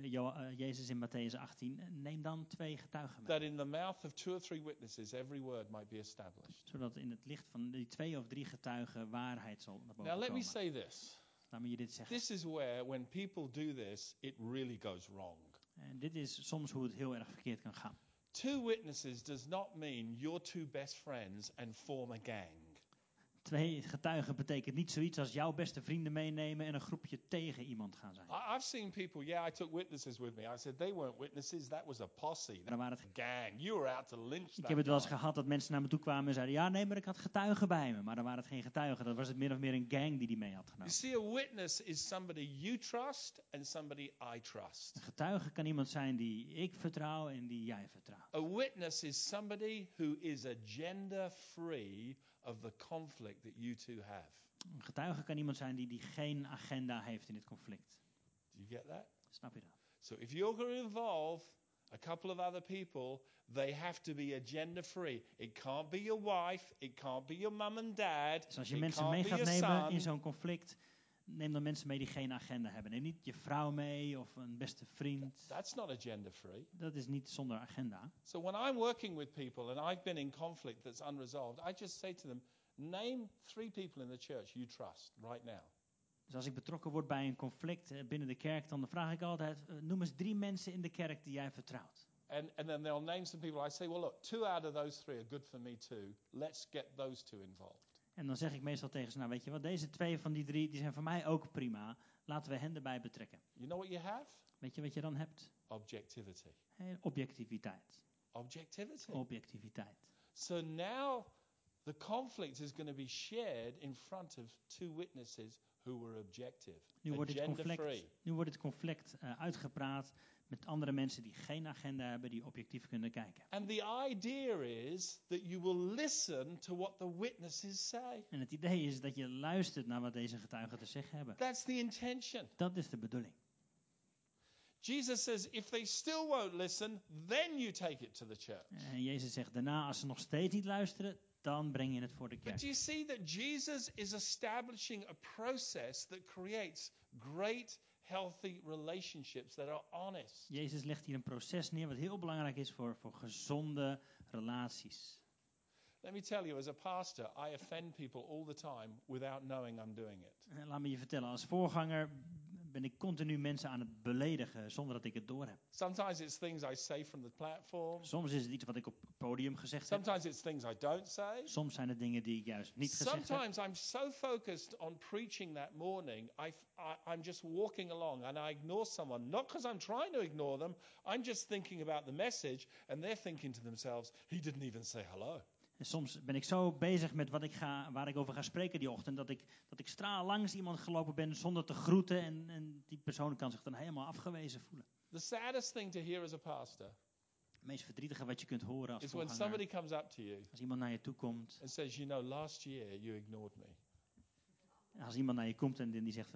Jezus in Matthäus 18, neem dan 2 getuigen mee. That in the mouth of 2 or 3 witnesses, every word might be established. Zodat in het licht van die 2 of 3 getuigen waarheid zal naar boven Now, let me komen. say this. Laat me je dit zeggen. This is where, when people do this, it really goes wrong. En dit is soms hoe het heel erg verkeerd kan gaan. 2 witnesses does not mean you're 2 best friends and form a gang. 2 getuigen betekent niet zoiets als jouw beste vrienden meenemen en een groepje tegen iemand gaan zijn. I've seen people, I took witnesses with me. I said, they weren't witnesses, that was a posse, that Dan waren was a gang. You were out to lynch Ik that heb het wel eens guy. gehad dat mensen naar me toe kwamen en zeiden, ja nee, maar ik had getuigen bij me. Maar dan waren het geen getuigen, dat was het min of meer een gang die mee had You genomen. see, a witness is somebody you trust and somebody I trust. Een getuige kan iemand zijn die ik vertrouw en die jij vertrouwt. A witness is somebody who is agenda-free of the conflict that you two have. Een getuige kan iemand zijn die geen agenda heeft in dit conflict. Do you get that? Snap je dat? So if you're going to involve a couple of other people, they have to be agenda-free. It can't be your wife, it can't be your mum and dad, Dus als je it mensen can't mee be gaat your nemen son. in zo'n conflict, neem dan mensen mee die geen agenda hebben. Neem niet je vrouw mee of een beste vriend. That's not agenda-free. Dat is niet zonder agenda. So when I'm working with people and I've been in conflict that's unresolved, I just say to them, name 3 people in the church you trust right now. Dus als ik betrokken word bij een conflict binnen de kerk, dan vraag ik altijd, noem eens 3 mensen in de kerk die jij vertrouwt. And then they'll name some people. I say, well, look, 2 out of those 3 are good for me too. Let's get those 2 involved. En dan zeg ik meestal tegen ze, nou weet je wat, deze 2 van die 3, die zijn voor mij ook prima. Laten we hen erbij betrekken. You know what you have? Weet je wat je dan hebt? Objectivity. Objectiviteit. Objectivity. Objectiviteit. So now the conflict is going to be shared in front of 2 witnesses who were objective. Nu Agenda-free. wordt dit conflict uitgepraat met andere mensen die geen agenda hebben, die objectief kunnen kijken. And the idea is that you will listen to what the witnesses say. En het idee is dat je luistert naar wat deze getuigen te zeggen hebben. That's the intention. Dat is de bedoeling. Jesus says, if they still won't listen, then you take it to the church. En Jezus zegt daarna, als ze nog steeds niet luisteren, dan breng je het voor de But do kerk. you see that Jesus is establishing a process that creates great, healthy relationships that are honest? Jezus legt hier een proces neer wat heel belangrijk is voor gezonde relaties. Let me tell you, as a pastor, I offend people all the time without knowing I'm doing it. Laat me je vertellen, als voorganger ben ik continu mensen aan het beledigen zonder dat ik het doorheb. Sometimes it's things I say from the platform. Soms is het iets wat ik op het podium gezegd heb. Sometimes it's things I don't say. Soms zijn het dingen die ik juist niet gezegd heb. Sometimes I'm so focused on preaching that morning, I'm just walking along and I ignore someone. Not because I'm trying to ignore them, I'm just thinking about the message and they're thinking to themselves, he didn't even say hello. En soms ben ik zo bezig met waar ik over ga spreken die ochtend, dat ik straal langs iemand gelopen ben zonder te groeten en die persoon kan zich dan helemaal afgewezen voelen. The saddest thing to hear as a pastor Het meest verdrietige wat je kunt horen als is when somebody voorganger, comes up to you als iemand naar je toe komt. and says, you know, last year you ignored me. Als iemand naar je komt en die zegt,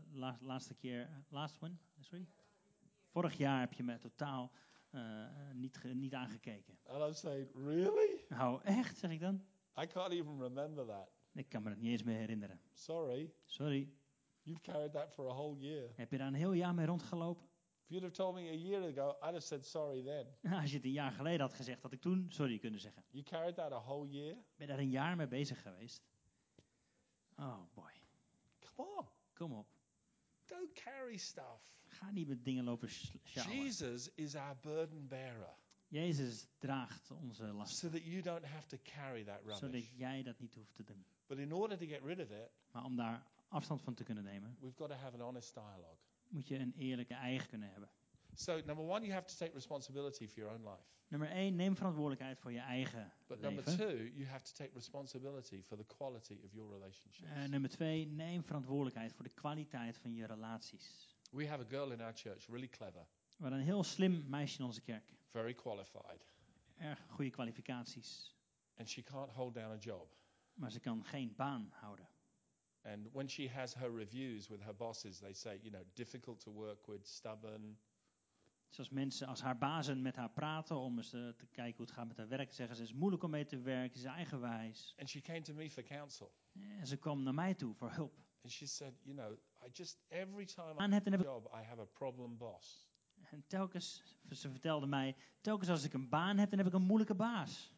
vorig jaar heb je me totaal niet aangekeken. And I'm saying, really? Nou, echt, zeg ik dan? I can't even remember that. Ik kan me dat niet eens meer herinneren. Sorry. Sorry. You've carried that for a whole year. Heb je daar een heel jaar mee rondgelopen? If you'd have told me a year ago, I'd have said sorry then. Als je het een jaar geleden had gezegd, had ik toen sorry kunnen zeggen. You carried that a whole year? Ben je daar een jaar mee bezig geweest? Oh boy. Come on. Kom op. Don't carry stuff. Ga niet met dingen lopen sjouwen. Jesus is our burden bearer. Jezus draagt onze last. So that you don't have to carry that rubbish. Zodat jij dat niet hoeft te doen. But in order to get rid of it, Maar om daar afstand van te kunnen nemen, we've got to have an honest dialogue. moet je een eerlijke eigen kunnen hebben. So, number one, you have to take responsibility for your own life. Nummer 1, neem verantwoordelijkheid voor je eigen But number leven. 2, you have to take responsibility for the quality of your relationships. Nummer 2, neem verantwoordelijkheid voor de kwaliteit van je relaties. We have a girl in our church, really clever, We hadden een heel slim meisje in onze kerk. very qualified, Erg goede kwalificaties. and she can't hold down a job. Maar ze kan geen baan houden. And when she has her reviews with her bosses, they say, you know, difficult to work with, stubborn. Zoals mensen, als haar bazen met haar praten om eens te kijken hoe het gaat met haar werk, zeggen ze, het is moeilijk om mee te werken, ze is eigenwijs. And she came to me for counsel. En ze kwam naar mij toe voor hulp. And she said, you know, every time Aan I hebt, have dan a heb ik, job, I have a problem boss. en telkens, ze vertelde mij, telkens als ik een baan heb, dan heb ik een moeilijke baas.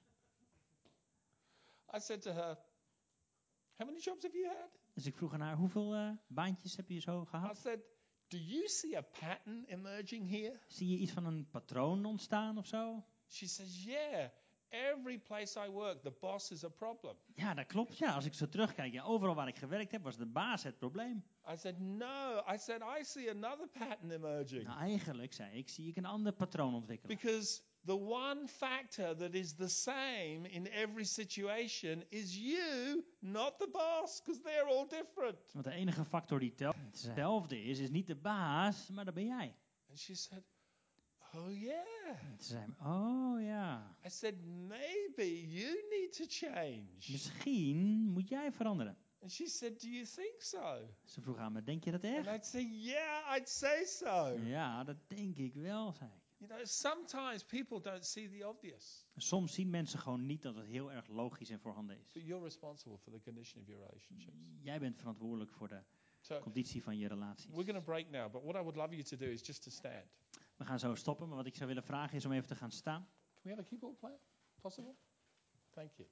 I said to her, how many jobs have you had? Dus ik vroeg aan haar, hoeveel baantjes heb je zo I gehad? said, do you see a pattern emerging here? Zie je iets van een patroon ontstaan of zo? She says, yeah, every place I work, the boss is a problem. Ja, dat klopt. Ja, als ik zo terugkijk, ja, overal waar ik gewerkt heb, was de baas het probleem. I said, no. I said, I see another pattern emerging. Nou, eigenlijk, zei ik, zie ik een ander patroon ontwikkelen. Because the one factor that is the same in every situation is you, not the boss, because they're all different. Want de enige factor die hetzelfde is niet de baas, maar dat ben jij. And she said, oh yeah. En ze zei, oh ja. I said, maybe you need to change. Misschien moet jij veranderen. And she said, do you think so? Ze vroeg aan me, denk je dat echt? And I'd say, yeah, I'd say so. Ja, dat denk ik wel, zei ik. You know, sometimes people don't see the obvious. Soms zien mensen gewoon niet dat het heel erg logisch en voorhanden is. But you're responsible for the condition of your relationships. Jij bent verantwoordelijk voor de So conditie van je relaties. we're going to break now, but what I would love you to do is just to stand. We gaan zo stoppen, maar wat ik zou willen vragen is om even te gaan staan. Can we have a keyboard player? Possible? Thank you.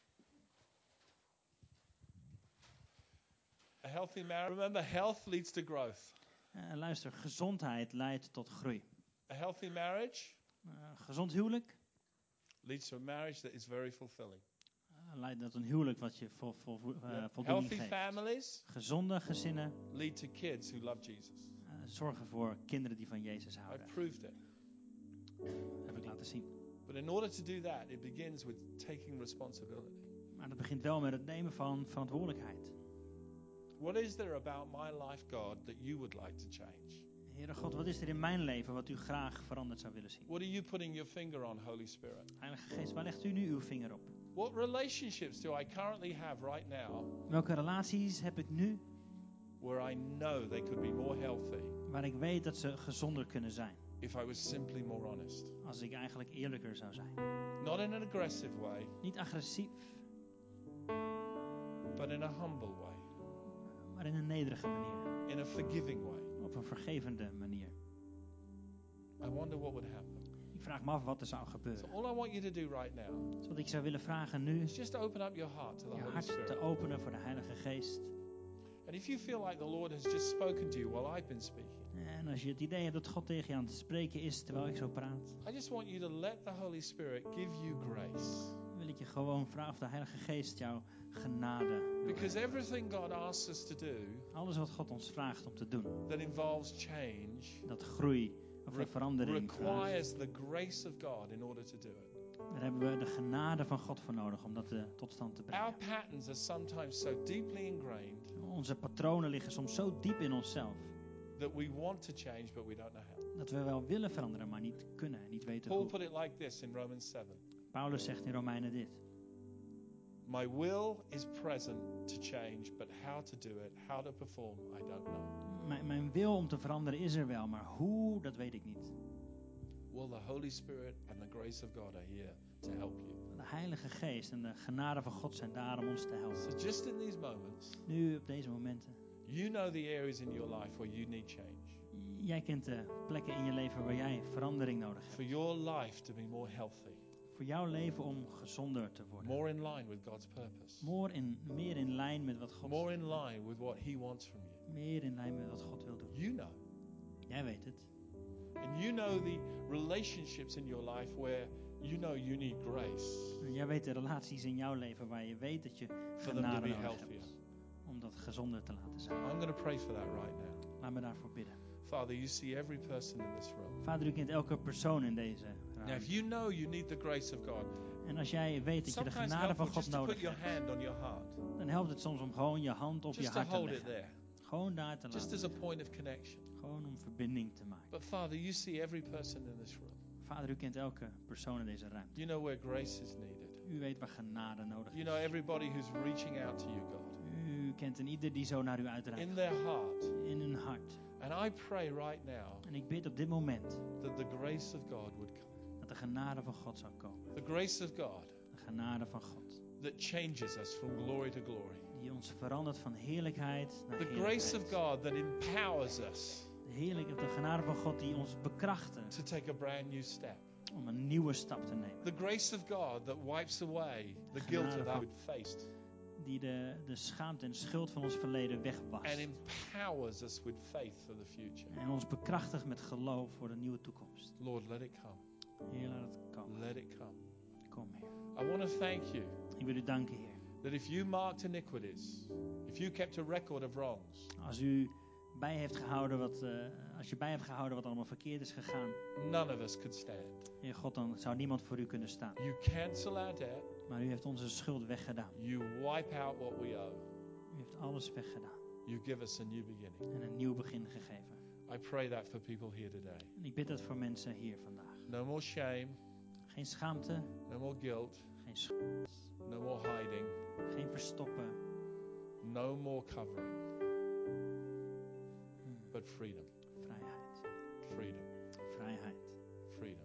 A healthy marriage. Remember, health leads to growth. Luister, gezondheid leidt tot groei. A healthy marriage Gezond huwelijk leads to a marriage that is very fulfilling. leidt tot een huwelijk wat je voldoening Healthy geeft. families Gezonde gezinnen lead to kids who love Jesus. zorgen voor kinderen die van Jezus I houden. proved it. Heb ik laten zien. But in order to do that, it begins with taking responsibility. Maar dat begint wel met het nemen van verantwoordelijkheid. What is there about my life, God, that you would like to change? Heere God, wat is er in mijn leven wat u graag veranderd zou willen zien? What are you putting your finger on, Holy Spirit? Heilige Geest, waar legt u nu uw vinger op? What relationships do I currently have right now Welke relaties heb ik nu where I know they could be more healthy waar ik weet dat ze gezonder kunnen zijn? if I was simply more honest? Als ik eigenlijk eerlijker zou zijn. Not in an aggressive way, Niet agressief, but in a humble way, maar in een nederige manier. in a forgiving way. Op een vergevende manier. I wonder what would happen. Ik vraag me af wat er zou So gebeuren. all I want you to do right now Dus wat ik zou willen vragen nu is is just open up your heart to the je Holy hart te Spirit. openen voor de Heilige Geest. And if you feel like the Lord has just spoken to you while I've been speaking, En als je het idee hebt dat God tegen je aan het spreken is terwijl ik zo praat, I just want you to let the Holy Spirit give you grace. wil ik je gewoon vragen of de Heilige Geest jou genade wil Because geven. everything God asks us to do Alles wat God ons vraagt om te doen, that involves change dat groei of verandering vraagt, requires the grace of God in order to do it. Daar hebben we de genade van God voor nodig om dat tot stand te Our brengen. patterns are sometimes so deeply ingrained Onze patronen liggen soms zo diep in onszelf that we want to change, but we don't know how. dat we wel willen veranderen, maar niet kunnen en niet weten Paul hoe. put it like this in Romans 7. Paulus zegt in Romeinen dit. My will is present to change, but how to do it, how to perform, I don't know. Mijn wil om te veranderen is er wel, maar hoe, dat weet ik niet. Well, the Holy Spirit and the grace of God are here to help you. De Heilige Geest en de genade van God zijn daar om ons te helpen. So just in these moments, Nu, op deze momenten. you know the areas in your life where you need change. Jij kent de plekken in je leven waar jij verandering nodig For hebt. your life to be more healthy, Voor jouw leven om gezonder te worden. more in line with God's purpose, Meer in lijn met wat God more in line with what He wants from you. Meer in lijn met wat God wil doen. You know. Jij weet het. And you know the relationships in your life where you know you need grace En jij weet de relaties in jouw leven waar je weet dat je for them to genade be nodig healthier. hebt. Om dat gezonder te laten zijn. I'm going to pray for that right now. Laat me daarvoor bidden. Father, you see every person in this room. Vader, u kent elke persoon in deze Now, if ruimte. you know you need the grace of God, En als jij weet dat je de sometimes genade van helpful God just to put nodig your hebt, hand on your heart, dan helpt het soms om gewoon je hand op je just to hart te hold it leggen. there, Gewoon daar te just laten. as a point of connection. Gewoon om verbinding te maken. But Father, you see every person in this room. Vader, u kent elke persoon in deze ruimte. You know where grace is needed. U weet waar genade nodig You is. know everybody who's reaching out to you, God, U kent een ieder die zo naar u uitreikt. in their heart. In hun hart. And I pray right now En ik bid op dit moment that the grace of God would come. dat de genade van God zou komen. The grace of God De genade van God. that changes us from glory to glory. Die ons verandert van heerlijkheid naar The heerlijkheid. grace of God that empowers us De genade van God die ons bekrachten to take a brand new step. om een nieuwe stap te nemen. The grace of God that wipes away the guilt of our faced Die de schaamte en schuld van ons verleden and wegwast. empowers us with faith for the future. En ons bekrachtigt met geloof voor de nieuwe toekomst. Lord, let it come. Heer, laat het komen. Let it come. Kom, Heer. I want to thank you Ik wil u danken, Heer. that if you marked iniquities, if you kept a record of wrongs, Als u bij heeft gehouden als je bij hebt gehouden wat allemaal verkeerd is gegaan, none of us could stand. Heer God, dan zou niemand voor u kunnen staan. You cancel our debt. Maar u heeft onze schuld weggedaan. You wipe out what we owe. U heeft alles weggedaan You give us a new beginning. en een nieuw begin gegeven. I pray that for people here today. En ik bid dat voor mensen hier vandaag. No more shame, Geen schaamte, no more guilt, geen schuld, no more hiding, geen verstoppen, no more covering, but freedom, vrijheid, freedom, vrijheid. freedom.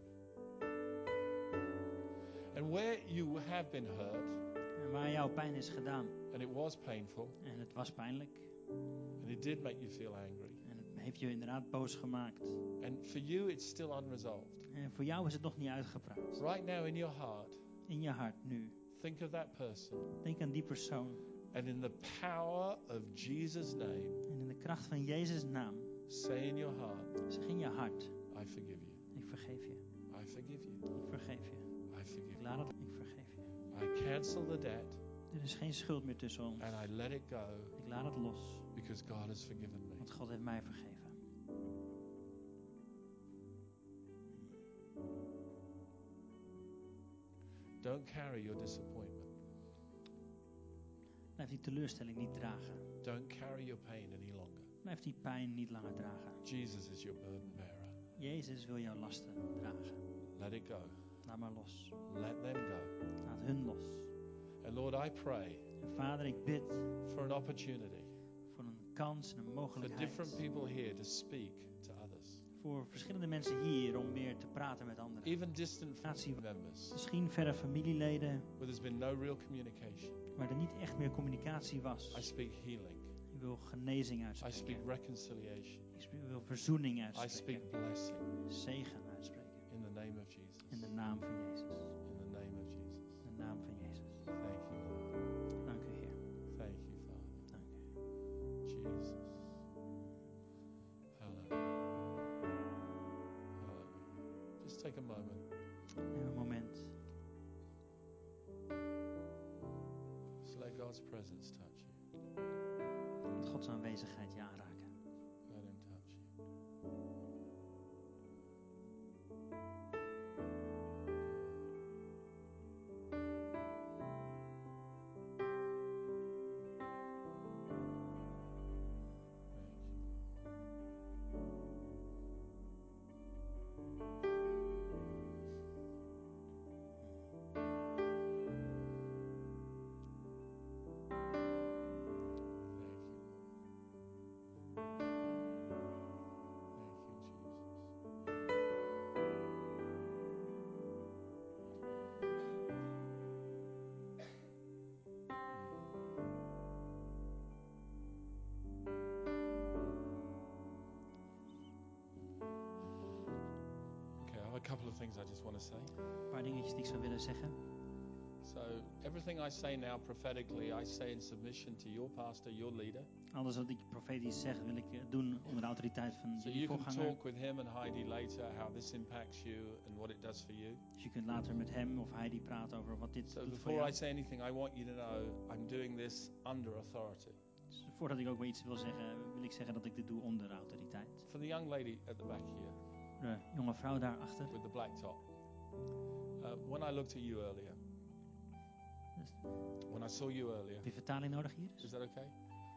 And where you have been hurt, En waar jouw pijn is gedaan, and it was painful, en het was pijnlijk, and it did make you feel angry, en het heeft je inderdaad boos gemaakt. and for you it's still unresolved. En voor jou is het nog niet uitgepraat. Right now in your heart, In je hart nu. think of that person, Denk aan die persoon. and in the power of Jesus' name, En in de kracht van Jezus' naam, say in your heart, zeg in je hart, I forgive you, ik vergeef je. I forgive you, Ik vergeef je. I forgive Ik you. laat het, ik vergeef je. I cancel the debt, Er is geen schuld meer tussen ons. and I let it go, Ik laat het los, because God has forgiven me. want God heeft mij vergeven. Don't carry your disappointment. Blijf die teleurstelling niet dragen. Don't carry your pain any longer. Blijf die pijn niet langer dragen. Jesus is your burden bearer. Jezus wil jouw lasten dragen. Let it go. Laat maar los. Let them go. Laat hun los. And Lord, I pray En Vader, ik bid for an opportunity voor een kans en een for mogelijkheid. different people here to speak to others, Voor verschillende mensen hier om weer te praten met anderen. even distant family members, Misschien verre familieleden where there's been no real communication. waar er niet echt meer communicatie I was. speak healing. Ik wil genezing I uitspreken. speek reconciliation. Ik wil verzoening I uitspreken. speak blessing Zegen uitspreken. in the name of Jesus. In de naam van Jezus. In the name of Jesus. In de naam van Jezus. Thank you, Lord. Dank u, Heer. Thank you, Father. Dank u. Jesus. Hallelujah. Hallelujah. Just take a moment. Neem een moment. Just let God's presence touch you. Met Gods aanwezigheid je aanraken. Let Him touch you. couple of things I just want to say. Een paar dingetjes die ik zou willen zeggen. So, everything I say now prophetically, I say in submission to your pastor, your leader. Alles wat ik profetisch zeg, wil ik doen onder de autoriteit van So jullie you can voorganger. talk with him and Heidi later how this impacts you and what it does for you. Dus je kunt later met hem of Heidi praten over wat dit So doet voor before jou. I say anything, I want you to know I'm doing this under authority. Dus voordat ik ook weer iets wil zeggen, wil ik zeggen dat ik dit doe onder autoriteit. For the young lady at the back here De jonge vrouw daarachter. with the black top. When I looked at you earlier, when I saw you earlier, Heb je vertaling nodig hier? is that okay?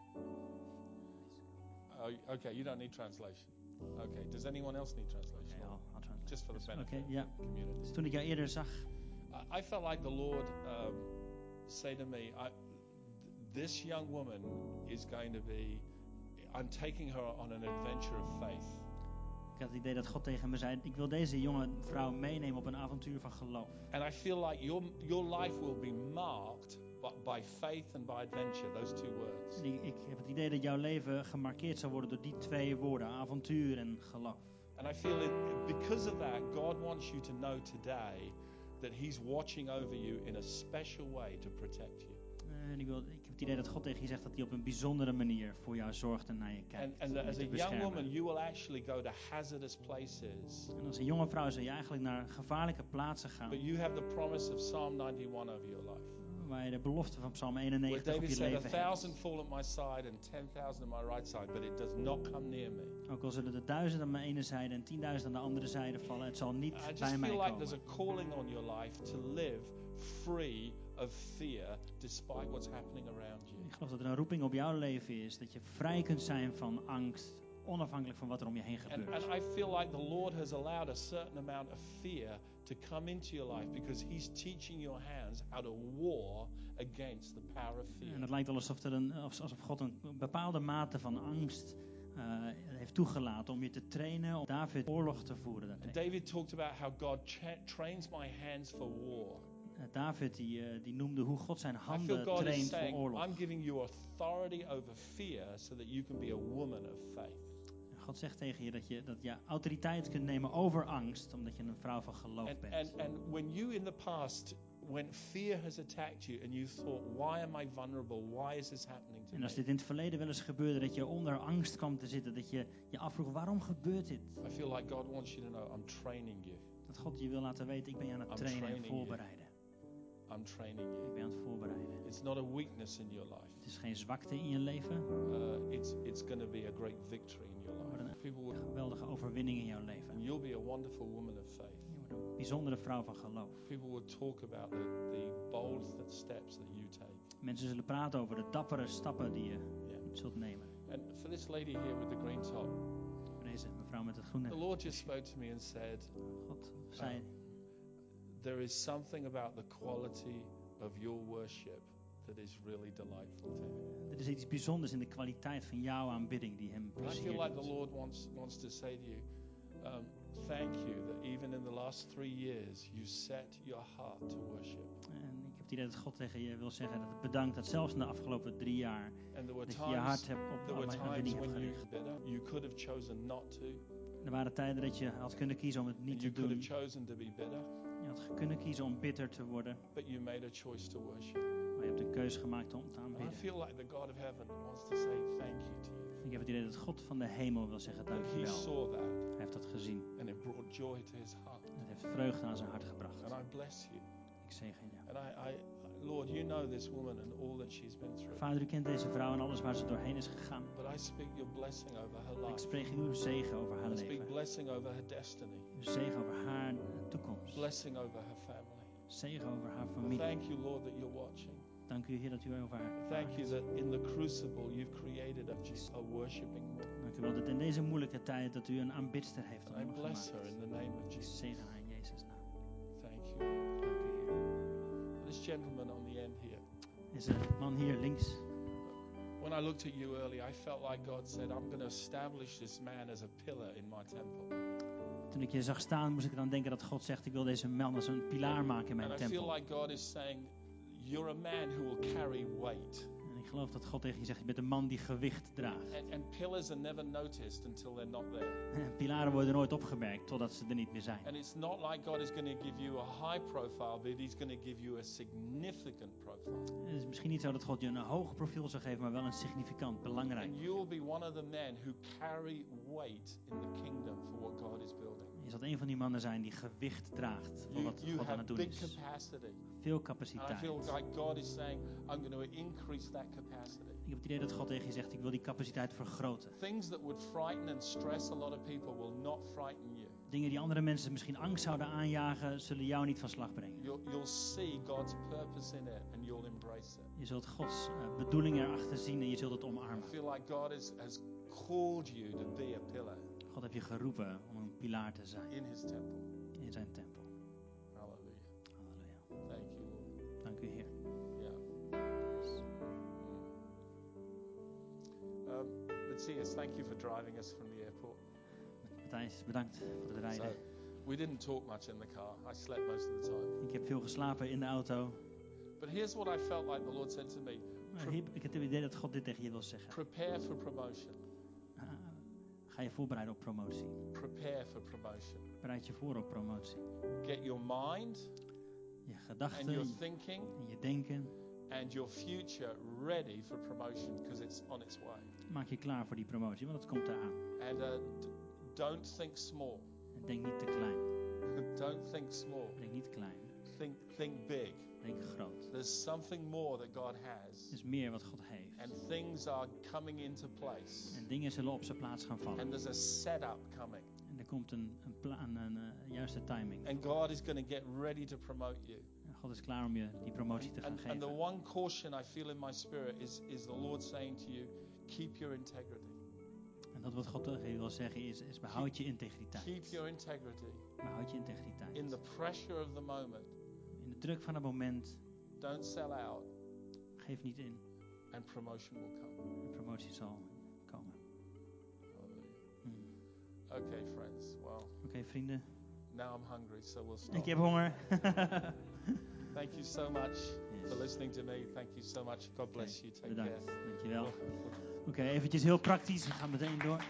Oh, okay, you don't need translation. Okay, does anyone else need translation? Okay, I'll translate. Just for the benefit Oké, ja. of the community. Dus toen ik jou eerder zag, I felt like the Lord say to me, this young woman is going to be, I'm taking her on an adventure of faith. ik had het idee dat God tegen me zei, ik wil deze jonge vrouw meenemen op een avontuur van geloof. And I feel like your life will be marked by faith and by adventure, those two words. En ik heb het idee dat jouw leven gemarkeerd zal worden door die twee woorden, avontuur en geloof. And I feel because of that, God wants you to know today that He's watching over you in a special way to protect you. En ik heb het idee dat God tegen je zegt dat hij op een bijzondere manier voor jou zorgt en naar je kijkt. And om je as te a young beschermen. woman, you will actually go to hazardous places. En als een jonge vrouw zul je eigenlijk naar gevaarlijke plaatsen gaan. But you have the promise of Psalm 91 over your life. Waar je de belofte van Psalm Where 91 op David je said, leven 1,000 hebt. fall at my side and 10,000 at my right side, but it does not come near me. Ook al zullen er 1000 aan mijn ene zijde en 10.000 aan de andere zijde vallen, het zal niet I just bij mij feel like komen. there's a calling on your life to live free of fear despite what's happening around you. Ik geloof dat er een roeping op jouw leven is, dat je vrij kunt zijn van angst, onafhankelijk van wat er om je heen gebeurt. And I feel like the Lord has allowed a certain amount of fear to come into your life because He's teaching your hands how to war against the power of fear. En het lijkt wel alsof God een bepaalde mate van angst heeft toegelaten om je te trainen, om David oorlog te voeren daartegen. David talked about how God trains my hands for war. David die noemde hoe God zijn I feel handen God is traint voor saying, oorlog. I'm giving you authority over fear so that you can be a woman of faith. En God zegt tegen je dat je autoriteit kunt nemen over angst, omdat je een vrouw van geloof bent. And when you in the past, when fear has attacked you and you thought, why am I vulnerable? Why is this happening to En als me? dit in het verleden wel eens gebeurde, dat je onder angst kwam te zitten, dat je je afvroeg, waarom gebeurt dit? I feel like God wants you to know, I'm training you. Dat God je wil laten weten, ik ben je aan het I'm trainen en training you. voorbereiden. I'm training Ik you. ben aan het voorbereiden. It's not a weakness in your life. Het is geen zwakte in je leven, It's going to be a great victory in your maar life. een People will, geweldige overwinning in jouw leven. and you'll be a wonderful woman of faith. Je wordt een bijzondere vrouw van geloof. People will talk about the bold steps that you take. Mensen zullen praten over de dappere stappen die je Yeah. zult nemen. And for this lady here with the green top, Voor deze mevrouw met het groene. the Lord just spoke to me and said, God zei, there is something about the quality of your worship that is really delightful to him. er is iets bijzonders in de kwaliteit van jouw aanbidding die hem And I plezier feel like the doet. Lord wants to say to you, thank you that even in the last 3 years you set your heart to worship. En ik heb het idee dat God tegen je wil zeggen dat het bedankt dat zelfs in de afgelopen 3 jaar And there were dat je je hart times, hebt op there were mijn times aanbidding hebt when you gericht. better. You could have chosen not to. Er waren tijden dat je had kunnen kiezen om het niet And te you could doen. have chosen to be bitter, Je had kunnen kiezen om bitter te worden. but you made a choice to worship. Maar je hebt een keuze gemaakt om te And I aanbidden. feel like the God of heaven wants to say thank you to you. Ik heb het idee dat God van de hemel wil zeggen That he dankjewel. saw that Hij heeft dat gezien. and it brought joy to his heart. Het heeft vreugde aan zijn hart gebracht. And I bless you. Ik zegen je. And Lord, you know this woman and all that she's been through. Vader, u kent deze vrouw en alles waar ze doorheen is gegaan. But I speak your blessing over her Ik life. spreek uw zegen over haar I speak leven. blessing over her destiny. Uw zegen over haar toekomst. Blessing over her family. Zegen over haar But familie. thank you, Lord, that you're watching. Dank u, Heer, dat u over haar Thank you waakt. that in the crucible you've created a worshiping woman. Dank u wel dat in deze moeilijke tijd dat u een aanbidster heeft And I bless her gemaakt. in the name of Ik Jesus. zegen haar in Jezus' naam. Thank you. Dank u, Heer. This gentleman on the end here. Deze man hier links. When I looked at you earlier, I felt like God said, I'm going to establish this man as a pillar in my temple. Toen ik je zag staan, moest ik dan denken dat God zegt, ik wil deze man als een pilaar maken in mijn And I feel tempel. like God is saying, you're a man who will carry weight. En Ik geloof dat God tegen je zegt, je bent een man die gewicht draagt. And pillars are never noticed until they're not there. En pilaren worden nooit opgemerkt totdat ze er niet meer zijn. And it's not like God is going to give you a high profile, but He's going to give you a significant profile. Het is misschien niet zo dat God je een hoog profiel zou geven, maar wel een significant, belangrijk. And you will be one of the men who carry weight in the kingdom for what God is building. Je zult een van die mannen zijn die gewicht draagt voor wat You God aan have het doen big is. capacity. Veel And I capaciteit. feel like God is saying, I'm going to increase that capacity. Ik heb het idee dat God tegen je zegt, ik wil die capaciteit vergroten. Things that would frighten and stress a lot of people will not frighten you. Dingen die andere mensen misschien angst zouden aanjagen, zullen jou niet van slag brengen. You'll see God's purpose in it and you'll embrace it. Je zult Gods bedoeling erachter zien en je zult het I omarmen. feel like God has called you to be a pillar God heeft je geroepen om een pilaar te zijn in His temple. in zijn tempel. Hallelujah. Halleluja. Thank you, Lord. Dank u, Heer. Yeah. Matthias, thank you for driving us from the airport. Matthijs, bedankt voor het So, rijden. we didn't talk much in the car. I slept most of the time. Ik heb veel geslapen in de auto. But here's what I felt like the Lord said to me. Maar ik heb het idee dat God dit tegen je wil zeggen. Prepare for promotion. Ga je voorbereiden op promotie. Prepare for promotion. Bereid je voor op promotie. Get your mind Je and gedachten your thinking en je denken. and your future ready for promotion because it's on its way. Maak je klaar voor die promotie, want het komt eraan. And don't think small. En denk niet te klein. Don't think small. Denk niet klein. Think big. Denk groot. There's something more that God has. Er is meer wat God heeft. And things are coming into place. En dingen zullen op zijn plaats gaan vallen. And there's a setup coming. En er komt een juiste timing. And God is going to get ready to promote you. En God is klaar om je die promotie te gaan And the geven. one caution I feel in my spirit is the Lord saying to you, keep your integrity. En dat wat God tegen je wil zeggen is behoud je integriteit. Keep your integrity. Behoud je integriteit. In the pressure of the moment, In de druk van het moment, don't sell out geef niet in. and promotion will come. En promotie zal komen. Hallelujah. Okay, friends. Well, Oké, vrienden. now I'm hungry, so we'll stop. Ik heb honger. Thank you so much Yes. for listening to me. Thank you so much. God bless you. Take Bedankt. care. Dankjewel. Oké, eventjes heel praktisch. We gaan meteen door.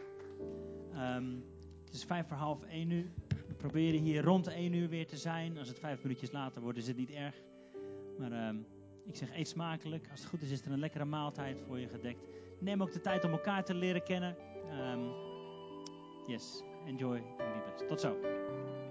Het is 1:55 nu. We proberen hier rond 1 uur weer te zijn. Als het 5 minuutjes later wordt, is het niet erg. Maar ik zeg, eet smakelijk. Als het goed is er een lekkere maaltijd voor je gedekt. Neem ook de tijd om elkaar te leren kennen. Yes, enjoy en be blessed. Tot zo.